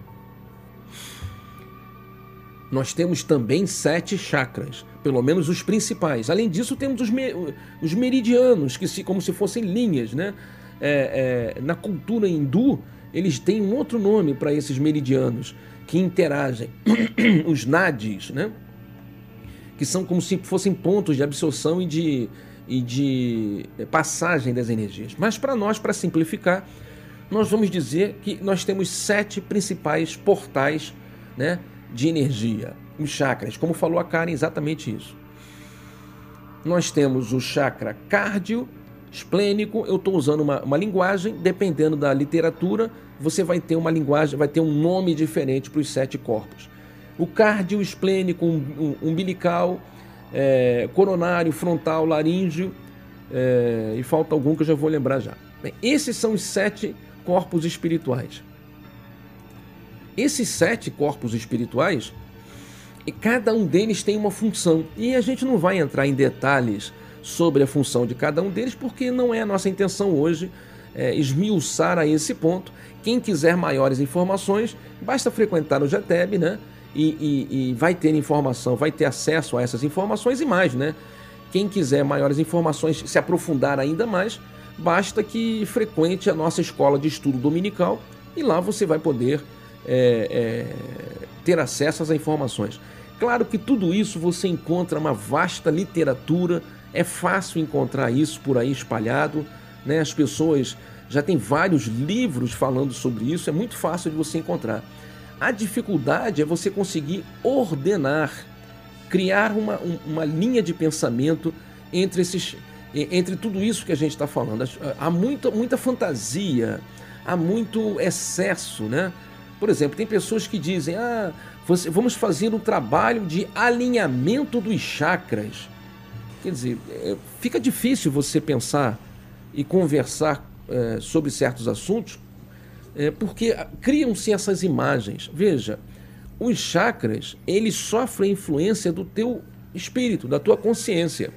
Nós temos também sete chakras, pelo menos os principais. Além disso, temos os, me os meridianos, que se, como se fossem linhas, né? É, é, na cultura hindu, eles têm um outro nome para esses meridianos que interagem, os nadis, né? Que são como se fossem pontos de absorção e de, e de passagem das energias. Mas para nós, para simplificar, nós vamos dizer que nós temos sete principais portais, né, de energia, os chakras, como falou a Karen, exatamente isso. Nós temos o chakra cardio, esplênico. Eu estou usando uma, uma linguagem, dependendo da literatura, você vai ter uma linguagem, vai ter um nome diferente para os sete corpos. O cardio, esplênico, um, um, umbilical, é, coronário, frontal, laríngeo, é, e falta algum que eu já vou lembrar já. Bem, esses são os sete corpos espirituais. Esses sete corpos espirituais, e cada um deles tem uma função. E a gente não vai entrar em detalhes sobre a função de cada um deles, porque não é a nossa intenção hoje é, esmiuçar a esse ponto. Quem quiser maiores informações, basta frequentar o GETEB, né? E, e, e vai ter informação, vai ter acesso a essas informações e mais, né? Quem quiser maiores informações, se aprofundar ainda mais, basta que frequente a nossa escola de estudo dominical e lá você vai poder é, é, ter acesso às informações. Claro que tudo isso você encontra uma vasta literatura, é fácil encontrar isso por aí espalhado, né? As pessoas já têm vários livros falando sobre isso, é muito fácil de você encontrar. A dificuldade é você conseguir ordenar, criar uma, uma linha de pensamento entre, esses, entre tudo isso que a gente está falando. Há muita, muita fantasia, há muito excesso, né? Por exemplo, tem pessoas que dizem, ah, você, vamos fazer um trabalho de alinhamento dos chakras. Quer dizer, é, fica difícil você pensar e conversar é, sobre certos assuntos, é, porque criam-se essas imagens. Veja, os chakras, eles sofrem influência do teu espírito, da tua consciência.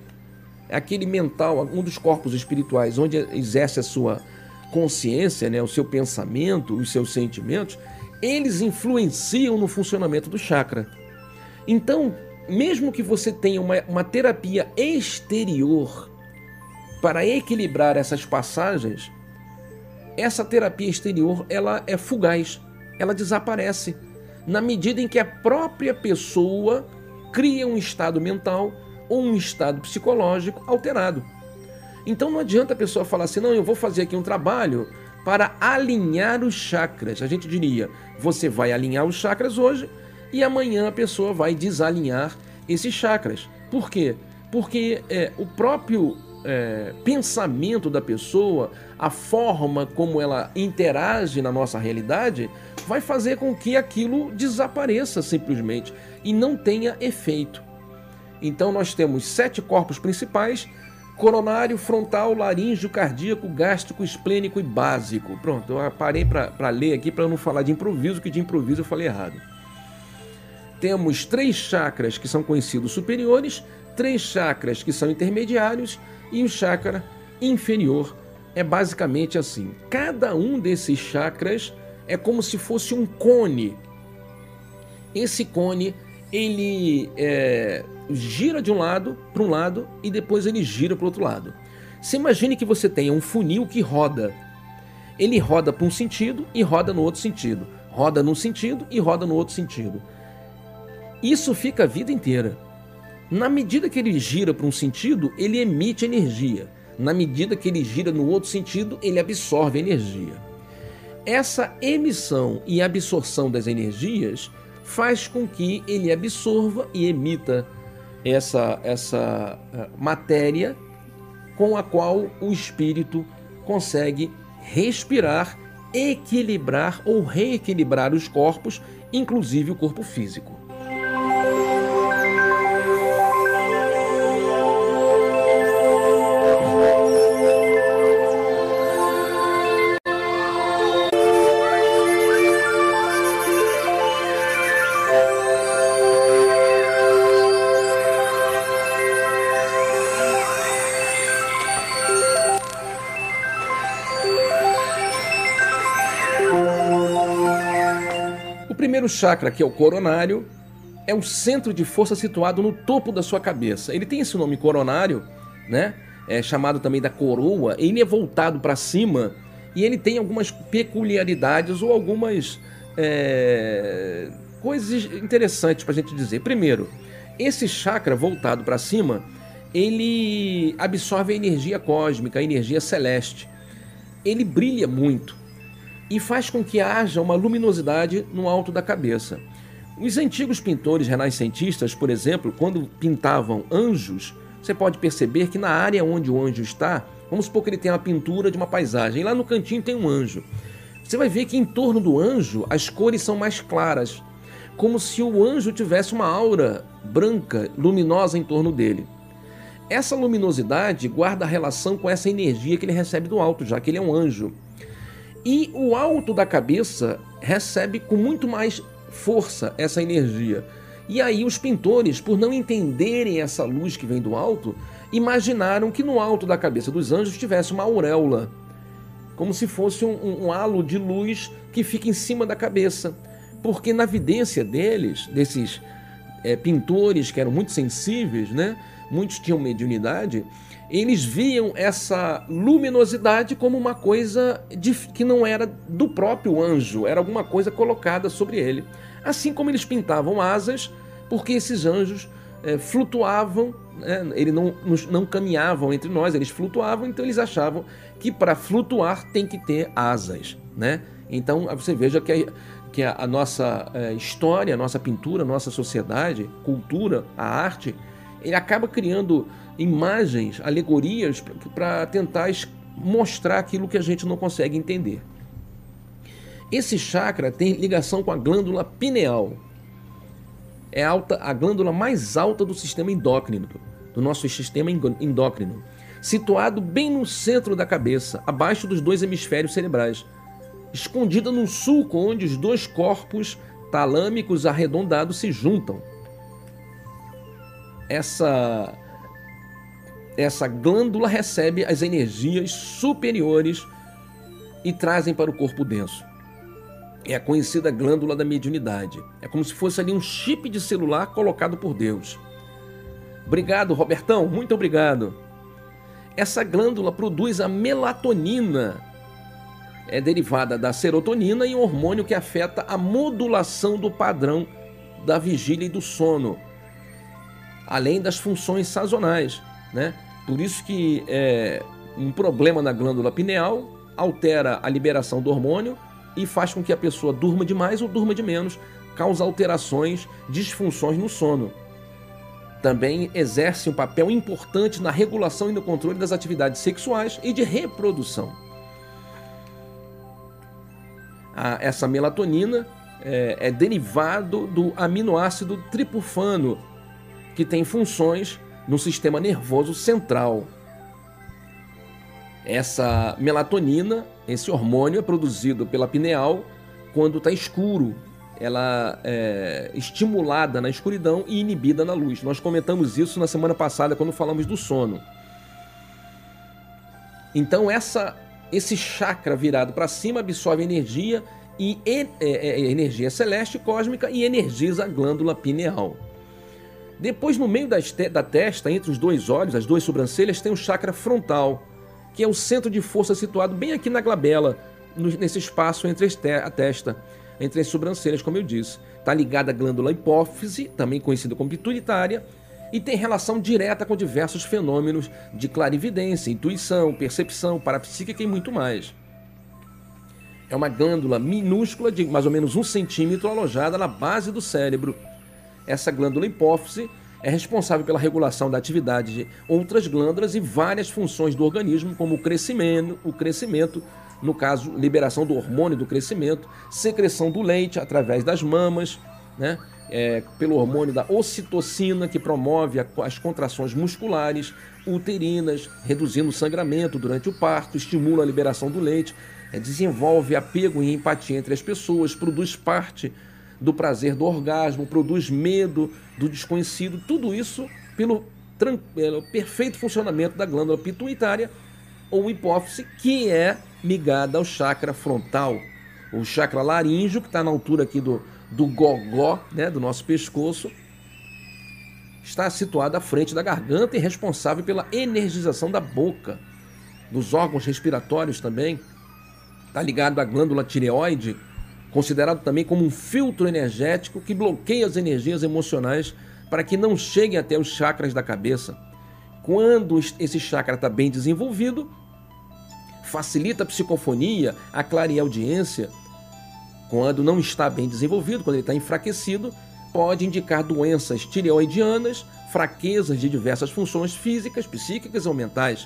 É aquele mental, um dos corpos espirituais, onde exerce a sua consciência, né, o seu pensamento, os seus sentimentos, eles influenciam no funcionamento do chakra. Então, mesmo que você tenha uma, uma terapia exterior para equilibrar essas passagens, essa terapia exterior ela é fugaz, ela desaparece na medida em que a própria pessoa cria um estado mental ou um estado psicológico alterado. Então não adianta a pessoa falar assim, não, eu vou fazer aqui um trabalho para alinhar os chakras. A gente diria, você vai alinhar os chakras hoje e amanhã a pessoa vai desalinhar esses chakras. Por quê? Porque é, o próprio é, pensamento da pessoa, a forma como ela interage na nossa realidade, vai fazer com que aquilo desapareça simplesmente e não tenha efeito. Então nós temos sete corpos principais: coronário, frontal, laríngeo, cardíaco, gástrico, esplênico e básico. Pronto, eu parei para ler aqui para não falar de improviso, que de improviso eu falei errado. Temos três chakras que são conhecidos superiores, três chakras que são intermediários e o chakra inferior. É basicamente assim. Cada um desses chakras é como se fosse um cone. Esse cone, ele é, gira de um lado para um lado e depois ele gira para o outro lado. Você imagine que você tenha um funil que roda. Ele roda para um sentido e roda no outro sentido. Roda num sentido e roda no outro sentido. Isso fica a vida inteira. Na medida que ele gira para um sentido, ele emite energia. Na medida que ele gira no outro sentido, ele absorve energia. Essa emissão e absorção das energias faz com que ele absorva e emita essa, essa matéria com a qual o espírito consegue respirar, equilibrar ou reequilibrar os corpos, inclusive o corpo físico. O primeiro chakra, que é o coronário, é um centro de força situado no topo da sua cabeça. Ele tem esse nome coronário, né? É chamado também da coroa. Ele é voltado para cima e ele tem algumas peculiaridades ou algumas é, coisas interessantes para a gente dizer. Primeiro, esse chakra voltado para cima, ele absorve a energia cósmica, a energia celeste. Ele brilha muito e faz com que haja uma luminosidade no alto da cabeça. Os antigos pintores renascentistas, por exemplo, quando pintavam anjos, você pode perceber que na área onde o anjo está, vamos supor que ele tem uma pintura de uma paisagem, e lá no cantinho tem um anjo. Você vai ver que em torno do anjo as cores são mais claras, como se o anjo tivesse uma aura branca, luminosa em torno dele. Essa luminosidade guarda relação com essa energia que ele recebe do alto, já que ele é um anjo. E o alto da cabeça recebe com muito mais força essa energia. E aí os pintores, por não entenderem essa luz que vem do alto, imaginaram que no alto da cabeça dos anjos tivesse uma auréola, como se fosse um, um halo de luz que fica em cima da cabeça. Porque na vidência deles, desses é, pintores que eram muito sensíveis, né? Muitos tinham mediunidade, eles viam essa luminosidade como uma coisa de, que não era do próprio anjo, era alguma coisa colocada sobre ele. Assim como eles pintavam asas, porque esses anjos é, flutuavam, né? Eles não, não caminhavam entre nós, eles flutuavam, então eles achavam que para flutuar tem que ter asas, né? Então você veja que a, que a, a nossa é, história, a nossa pintura, a nossa sociedade, cultura, a arte, ele acaba criando imagens, alegorias para tentar mostrar aquilo que a gente não consegue entender. Esse chakra tem ligação com a glândula pineal. É alta, a glândula mais alta do sistema endócrino, do nosso sistema endócrino, situado bem no centro da cabeça, abaixo dos dois hemisférios cerebrais, escondida num sulco onde os dois corpos talâmicos arredondados se juntam. Essa, essa glândula recebe as energias superiores e trazem para o corpo denso. É a conhecida glândula da mediunidade. É como se fosse ali um chip de celular colocado por Deus. Obrigado, Robertão, muito obrigado. Essa glândula produz a melatonina, é derivada da serotonina e um hormônio que afeta a modulação do padrão da vigília e do sono, além das funções sazonais, né? Por isso que é, um problema na glândula pineal altera a liberação do hormônio e faz com que a pessoa durma demais ou durma de menos, causa alterações, disfunções no sono. Também exerce um papel importante na regulação e no controle das atividades sexuais e de reprodução. A, essa melatonina é, é derivado do aminoácido triptofano, que tem funções no sistema nervoso central. Essa melatonina, esse hormônio, é produzido pela pineal quando está escuro. Ela é estimulada na escuridão e inibida na luz. Nós comentamos isso na semana passada quando falamos do sono. Então essa, esse chakra virado para cima absorve energia, e, e é, é, energia celeste cósmica e energiza a glândula pineal. Depois, no meio da testa, entre os dois olhos, as duas sobrancelhas, tem o chakra frontal, que é o centro de força situado bem aqui na glabela, nesse espaço entre a testa, entre as sobrancelhas, como eu disse. Está ligado à glândula hipófise, também conhecida como pituitária, e tem relação direta com diversos fenômenos de clarividência, intuição, percepção, parapsíquica e muito mais. É uma glândula minúscula de mais ou menos um centímetro alojada na base do cérebro. Essa glândula hipófise é responsável pela regulação da atividade de outras glândulas e várias funções do organismo, como o crescimento, o crescimento, no caso, liberação do hormônio do crescimento, secreção do leite através das mamas, né? É, pelo hormônio da ocitocina, que promove a, as contrações musculares, uterinas, reduzindo o sangramento durante o parto, estimula a liberação do leite, é, desenvolve apego e empatia entre as pessoas, produz parte do prazer do orgasmo, produz medo do desconhecido, tudo isso pelo, pelo perfeito funcionamento da glândula pituitária ou hipófise, que é ligada ao chakra frontal, o chakra laríngeo, que está na altura aqui do, do gogó, né, do nosso pescoço, está situado à frente da garganta e responsável pela energização da boca, dos órgãos respiratórios também. Está ligado à glândula tireoide, considerado também como um filtro energético que bloqueia as energias emocionais para que não cheguem até os chakras da cabeça. Quando esse chakra está bem desenvolvido, facilita a psicofonia, a clareaudiência. Quando não está bem desenvolvido, quando ele está enfraquecido, pode indicar doenças tireoidianas, fraquezas de diversas funções físicas, psíquicas ou mentais.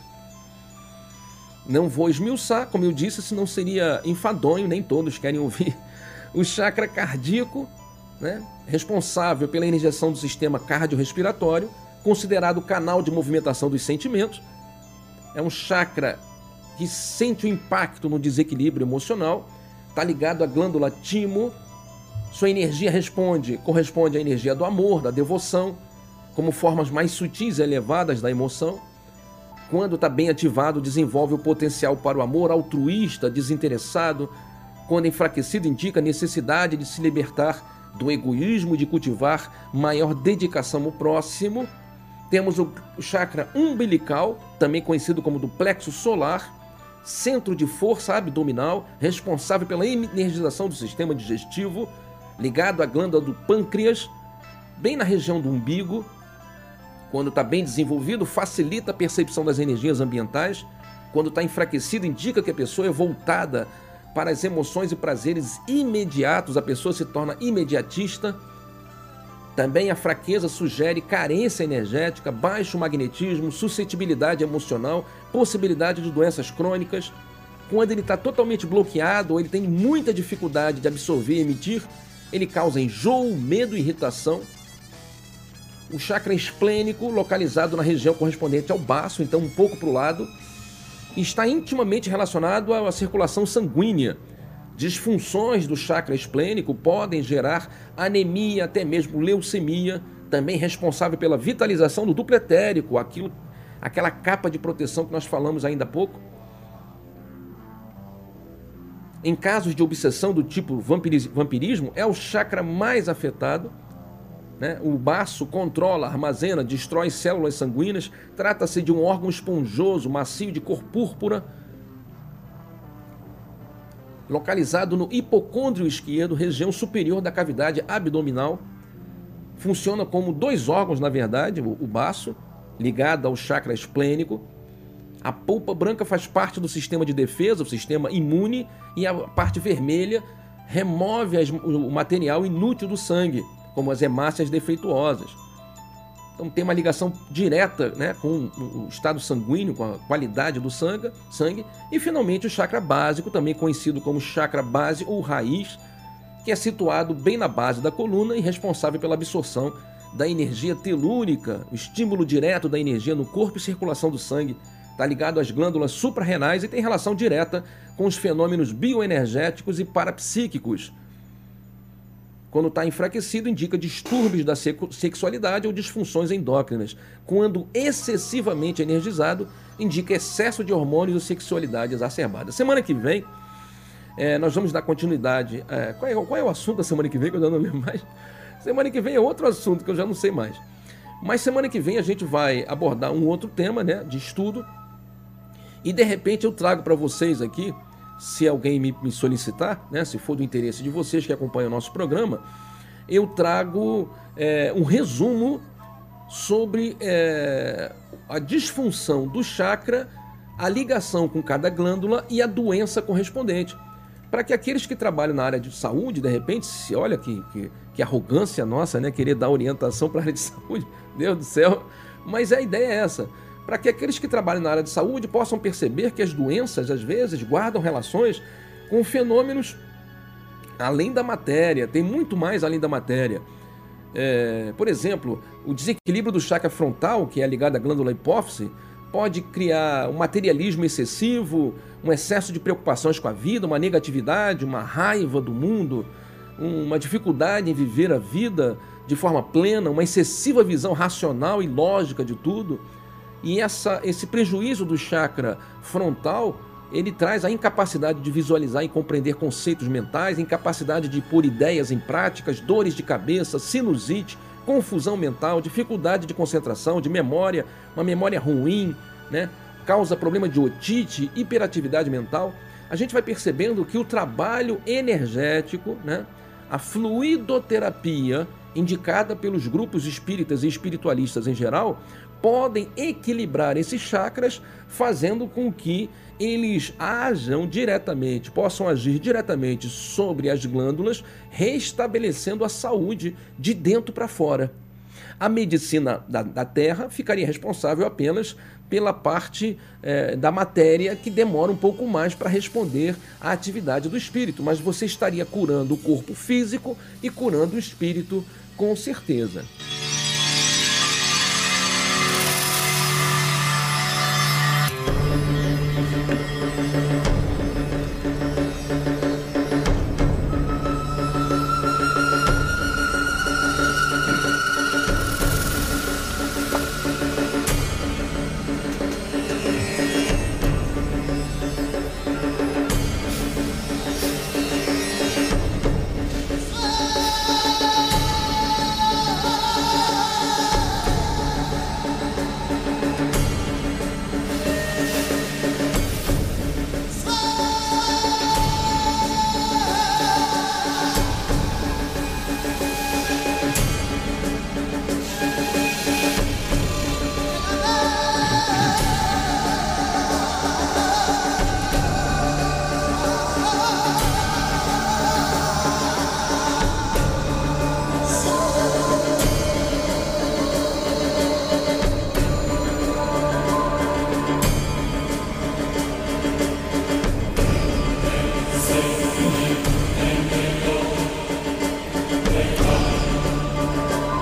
Não vou esmiuçar, como eu disse, senão seria enfadonho, nem todos querem ouvir. O chakra cardíaco, né, responsável pela energização do sistema cardiorrespiratório, considerado o canal de movimentação dos sentimentos. É um chakra que sente o impacto no desequilíbrio emocional, está ligado à glândula timo. Sua energia responde, corresponde à energia do amor, da devoção, como formas mais sutis e elevadas da emoção. Quando está bem ativado, desenvolve o potencial para o amor altruísta, desinteressado. Quando enfraquecido, indica a necessidade de se libertar do egoísmo e de cultivar maior dedicação ao próximo. Temos o chakra umbilical, também conhecido como do plexo solar, centro de força abdominal, responsável pela energização do sistema digestivo, ligado à glândula do pâncreas, bem na região do umbigo. Quando está bem desenvolvido, facilita a percepção das energias ambientais. Quando está enfraquecido, indica que a pessoa é voltada para as emoções e prazeres imediatos, a pessoa se torna imediatista. Também a fraqueza sugere carência energética, baixo magnetismo, suscetibilidade emocional, possibilidade de doenças crônicas. Quando ele está totalmente bloqueado ou ele tem muita dificuldade de absorver e emitir, ele causa enjoo, medo e irritação. O chakra esplênico, localizado na região correspondente ao baço, então um pouco para o lado, está intimamente relacionado à circulação sanguínea. Disfunções do chakra esplênico podem gerar anemia, até mesmo leucemia, também responsável pela vitalização do duplo etérico, aquilo, aquela capa de proteção que nós falamos ainda há pouco. Em casos de obsessão do tipo vampirismo, é o chakra mais afetado. Né? O baço controla, armazena, destrói células sanguíneas. Trata-se de um órgão esponjoso, macio, de cor púrpura, localizado no hipocôndrio esquerdo, região superior da cavidade abdominal. Funciona como dois órgãos, na verdade, o baço, ligado ao chakra esplênico. A polpa branca faz parte do sistema de defesa, o sistema imune, e a parte vermelha remove as, o material inútil do sangue, como as hemácias defeituosas. Então tem uma ligação direta, né, com o estado sanguíneo, com a qualidade do sangue, sangue. E finalmente o chakra básico, também conhecido como chakra base ou raiz, que é situado bem na base da coluna e responsável pela absorção da energia telúrica, o estímulo direto da energia no corpo e circulação do sangue. Está ligado às glândulas suprarrenais e tem relação direta com os fenômenos bioenergéticos e parapsíquicos. Quando está enfraquecido, indica distúrbios da sexualidade ou disfunções endócrinas. Quando excessivamente energizado, indica excesso de hormônios ou sexualidade exacerbada. Semana que vem, é, nós vamos dar continuidade. É, qual, é, qual é o assunto da semana que vem, que eu já não lembro mais? Semana que vem é outro assunto que eu já não sei mais. Mas semana que vem a gente vai abordar um outro tema, né, de estudo. E de repente eu trago para vocês aqui, se alguém me, me solicitar, né, se for do interesse de vocês que acompanham o nosso programa, eu trago é, um resumo sobre é, a disfunção do chakra, a ligação com cada glândula e a doença correspondente. Para que aqueles que trabalham na área de saúde, de repente, se olha que, que, que arrogância nossa, né, querer dar orientação para a área de saúde, Deus do céu, mas a ideia é essa. Para que aqueles que trabalham na área de saúde possam perceber que as doenças, às vezes, guardam relações com fenômenos além da matéria, tem muito mais além da matéria. É, por exemplo, o desequilíbrio do chakra frontal, que é ligado à glândula hipófise, pode criar um materialismo excessivo, um excesso de preocupações com a vida, uma negatividade, uma raiva do mundo, uma dificuldade em viver a vida de forma plena, uma excessiva visão racional e lógica de tudo. E essa, esse prejuízo do chakra frontal, ele traz a incapacidade de visualizar e compreender conceitos mentais, incapacidade de pôr ideias em práticas, dores de cabeça, sinusite, confusão mental, dificuldade de concentração, de memória, uma memória ruim, né? Causa problema de otite, hiperatividade mental. A gente vai percebendo que o trabalho energético, né? A fluidoterapia, indicada pelos grupos espíritas e espiritualistas em geral, podem equilibrar esses chakras, fazendo com que eles ajam diretamente, possam agir diretamente sobre as glândulas, restabelecendo a saúde de dentro para fora. A medicina da, da Terra ficaria responsável apenas pela parte é, da matéria, que demora um pouco mais para responder à atividade do espírito, mas você estaria curando o corpo físico e curando o espírito com certeza.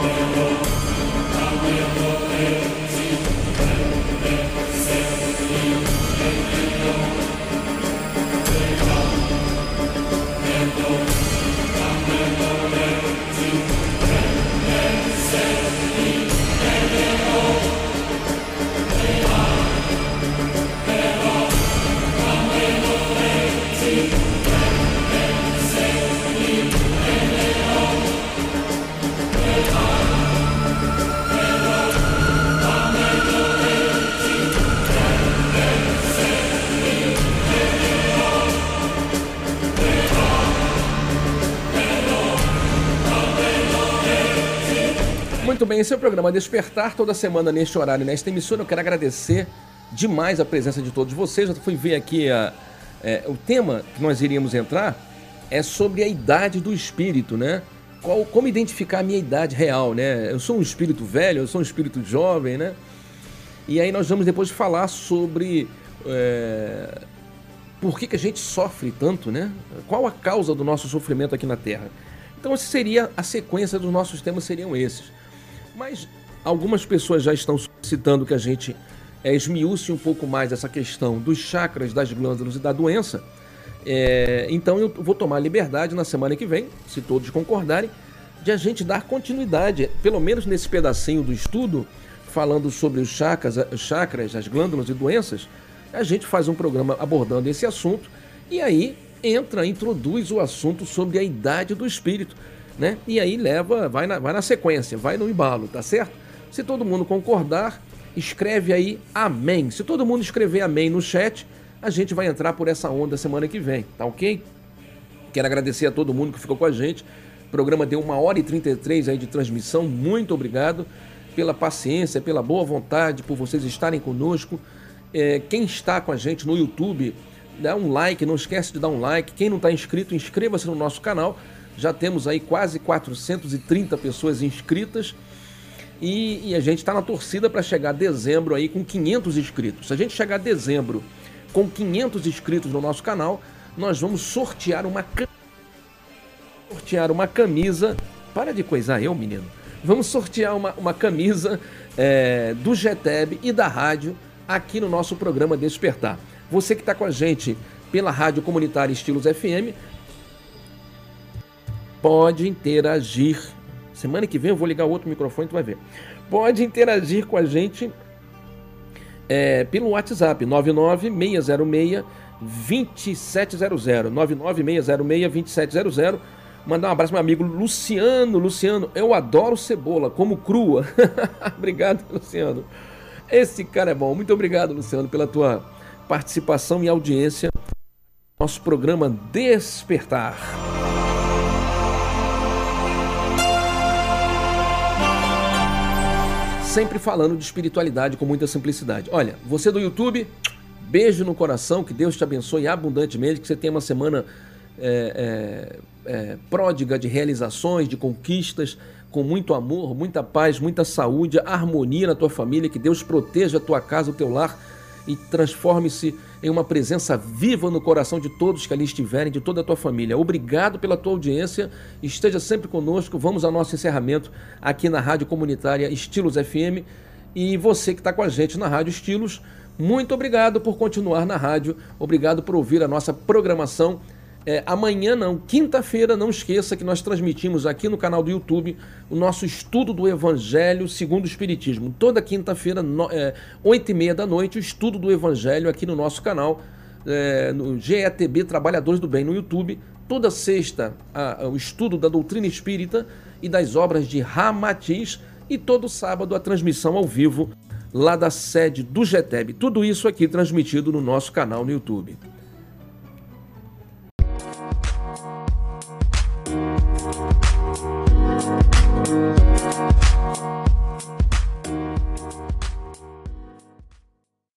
Muito bem, esse é o programa Despertar, toda semana neste horário, nesta emissora. Eu quero agradecer demais a presença de todos vocês. Eu fui ver aqui a, é, o tema que nós iríamos entrar é sobre a idade do espírito, né? Qual, como identificar a minha idade real, né? Eu sou um espírito velho, eu sou um espírito jovem, né? E aí nós vamos depois falar sobre é, por que, que a gente sofre tanto, né? Qual a causa do nosso sofrimento aqui na Terra. Então essa seria a sequência dos nossos temas, seriam esses. Mas algumas pessoas já estão solicitando que a gente é, esmiúce um pouco mais essa questão dos chakras, das glândulas e da doença. É, então eu vou tomar liberdade na semana que vem, se todos concordarem, de a gente dar continuidade, pelo menos nesse pedacinho do estudo, falando sobre os chakras, os chakras, as glândulas e doenças. A gente faz um programa abordando esse assunto e aí entra, introduz o assunto sobre a idade do espírito, né? E aí leva, vai na, vai na sequência, vai no embalo, tá certo? Se todo mundo concordar, escreve aí amém. Se todo mundo escrever amém no chat, a gente vai entrar por essa onda semana que vem, tá ok? Quero agradecer a todo mundo que ficou com a gente. O programa deu uma hora e trinta e três aí de transmissão. Muito obrigado pela paciência, pela boa vontade, por vocês estarem conosco. É, quem está com a gente no YouTube, dá um like, não esquece de dar um like. Quem não está inscrito, inscreva-se no nosso canal. Já temos aí quase quatrocentas e trinta pessoas inscritas e, e a gente está na torcida para chegar a dezembro aí com quinhentos inscritos. Se a gente chegar a dezembro com quinhentos inscritos no nosso canal, nós vamos sortear uma, sortear uma camisa. Para de coisar eu, menino. Vamos sortear uma, uma camisa é, do G T E B e da rádio aqui no nosso programa Despertar. Você que está com a gente pela Rádio Comunitária Estilos F M, pode interagir. Semana que vem eu vou ligar o outro microfone, tu vai ver. Pode interagir com a gente é, pelo WhatsApp nove nove seis zero seis, dois sete zero zero. nove nove seis zero seis, dois sete zero zero. Mandar um abraço pro meu amigo Luciano. Luciano, eu adoro cebola, como crua. Obrigado, Luciano. Esse cara é bom. Muito obrigado, Luciano, pela tua participação e audiência no nosso programa Despertar. Sempre falando de espiritualidade com muita simplicidade. Olha, você do YouTube, beijo no coração, que Deus te abençoe abundantemente, que você tenha uma semana é, é, é, pródiga de realizações, de conquistas, com muito amor, muita paz, muita saúde, harmonia na tua família, que Deus proteja a tua casa, o teu lar e transforme-se em uma presença viva no coração de todos que ali estiverem, de toda a tua família. Obrigado pela tua audiência, esteja sempre conosco. Vamos ao nosso encerramento aqui na Rádio Comunitária Estilos F M. E você que está com a gente na Rádio Estilos, muito obrigado por continuar na rádio, obrigado por ouvir a nossa programação. É, amanhã não, quinta-feira, não esqueça que nós transmitimos aqui no canal do YouTube o nosso estudo do Evangelho segundo o Espiritismo. Toda quinta-feira, no, é, oito e meia da noite, o estudo do Evangelho aqui no nosso canal, é, no G E T B Trabalhadores do Bem no YouTube. Toda sexta, a, a, o estudo da doutrina espírita e das obras de Ramatiz. E todo sábado a transmissão ao vivo lá da sede do G T E B. Tudo isso aqui transmitido no nosso canal no YouTube. Thank you.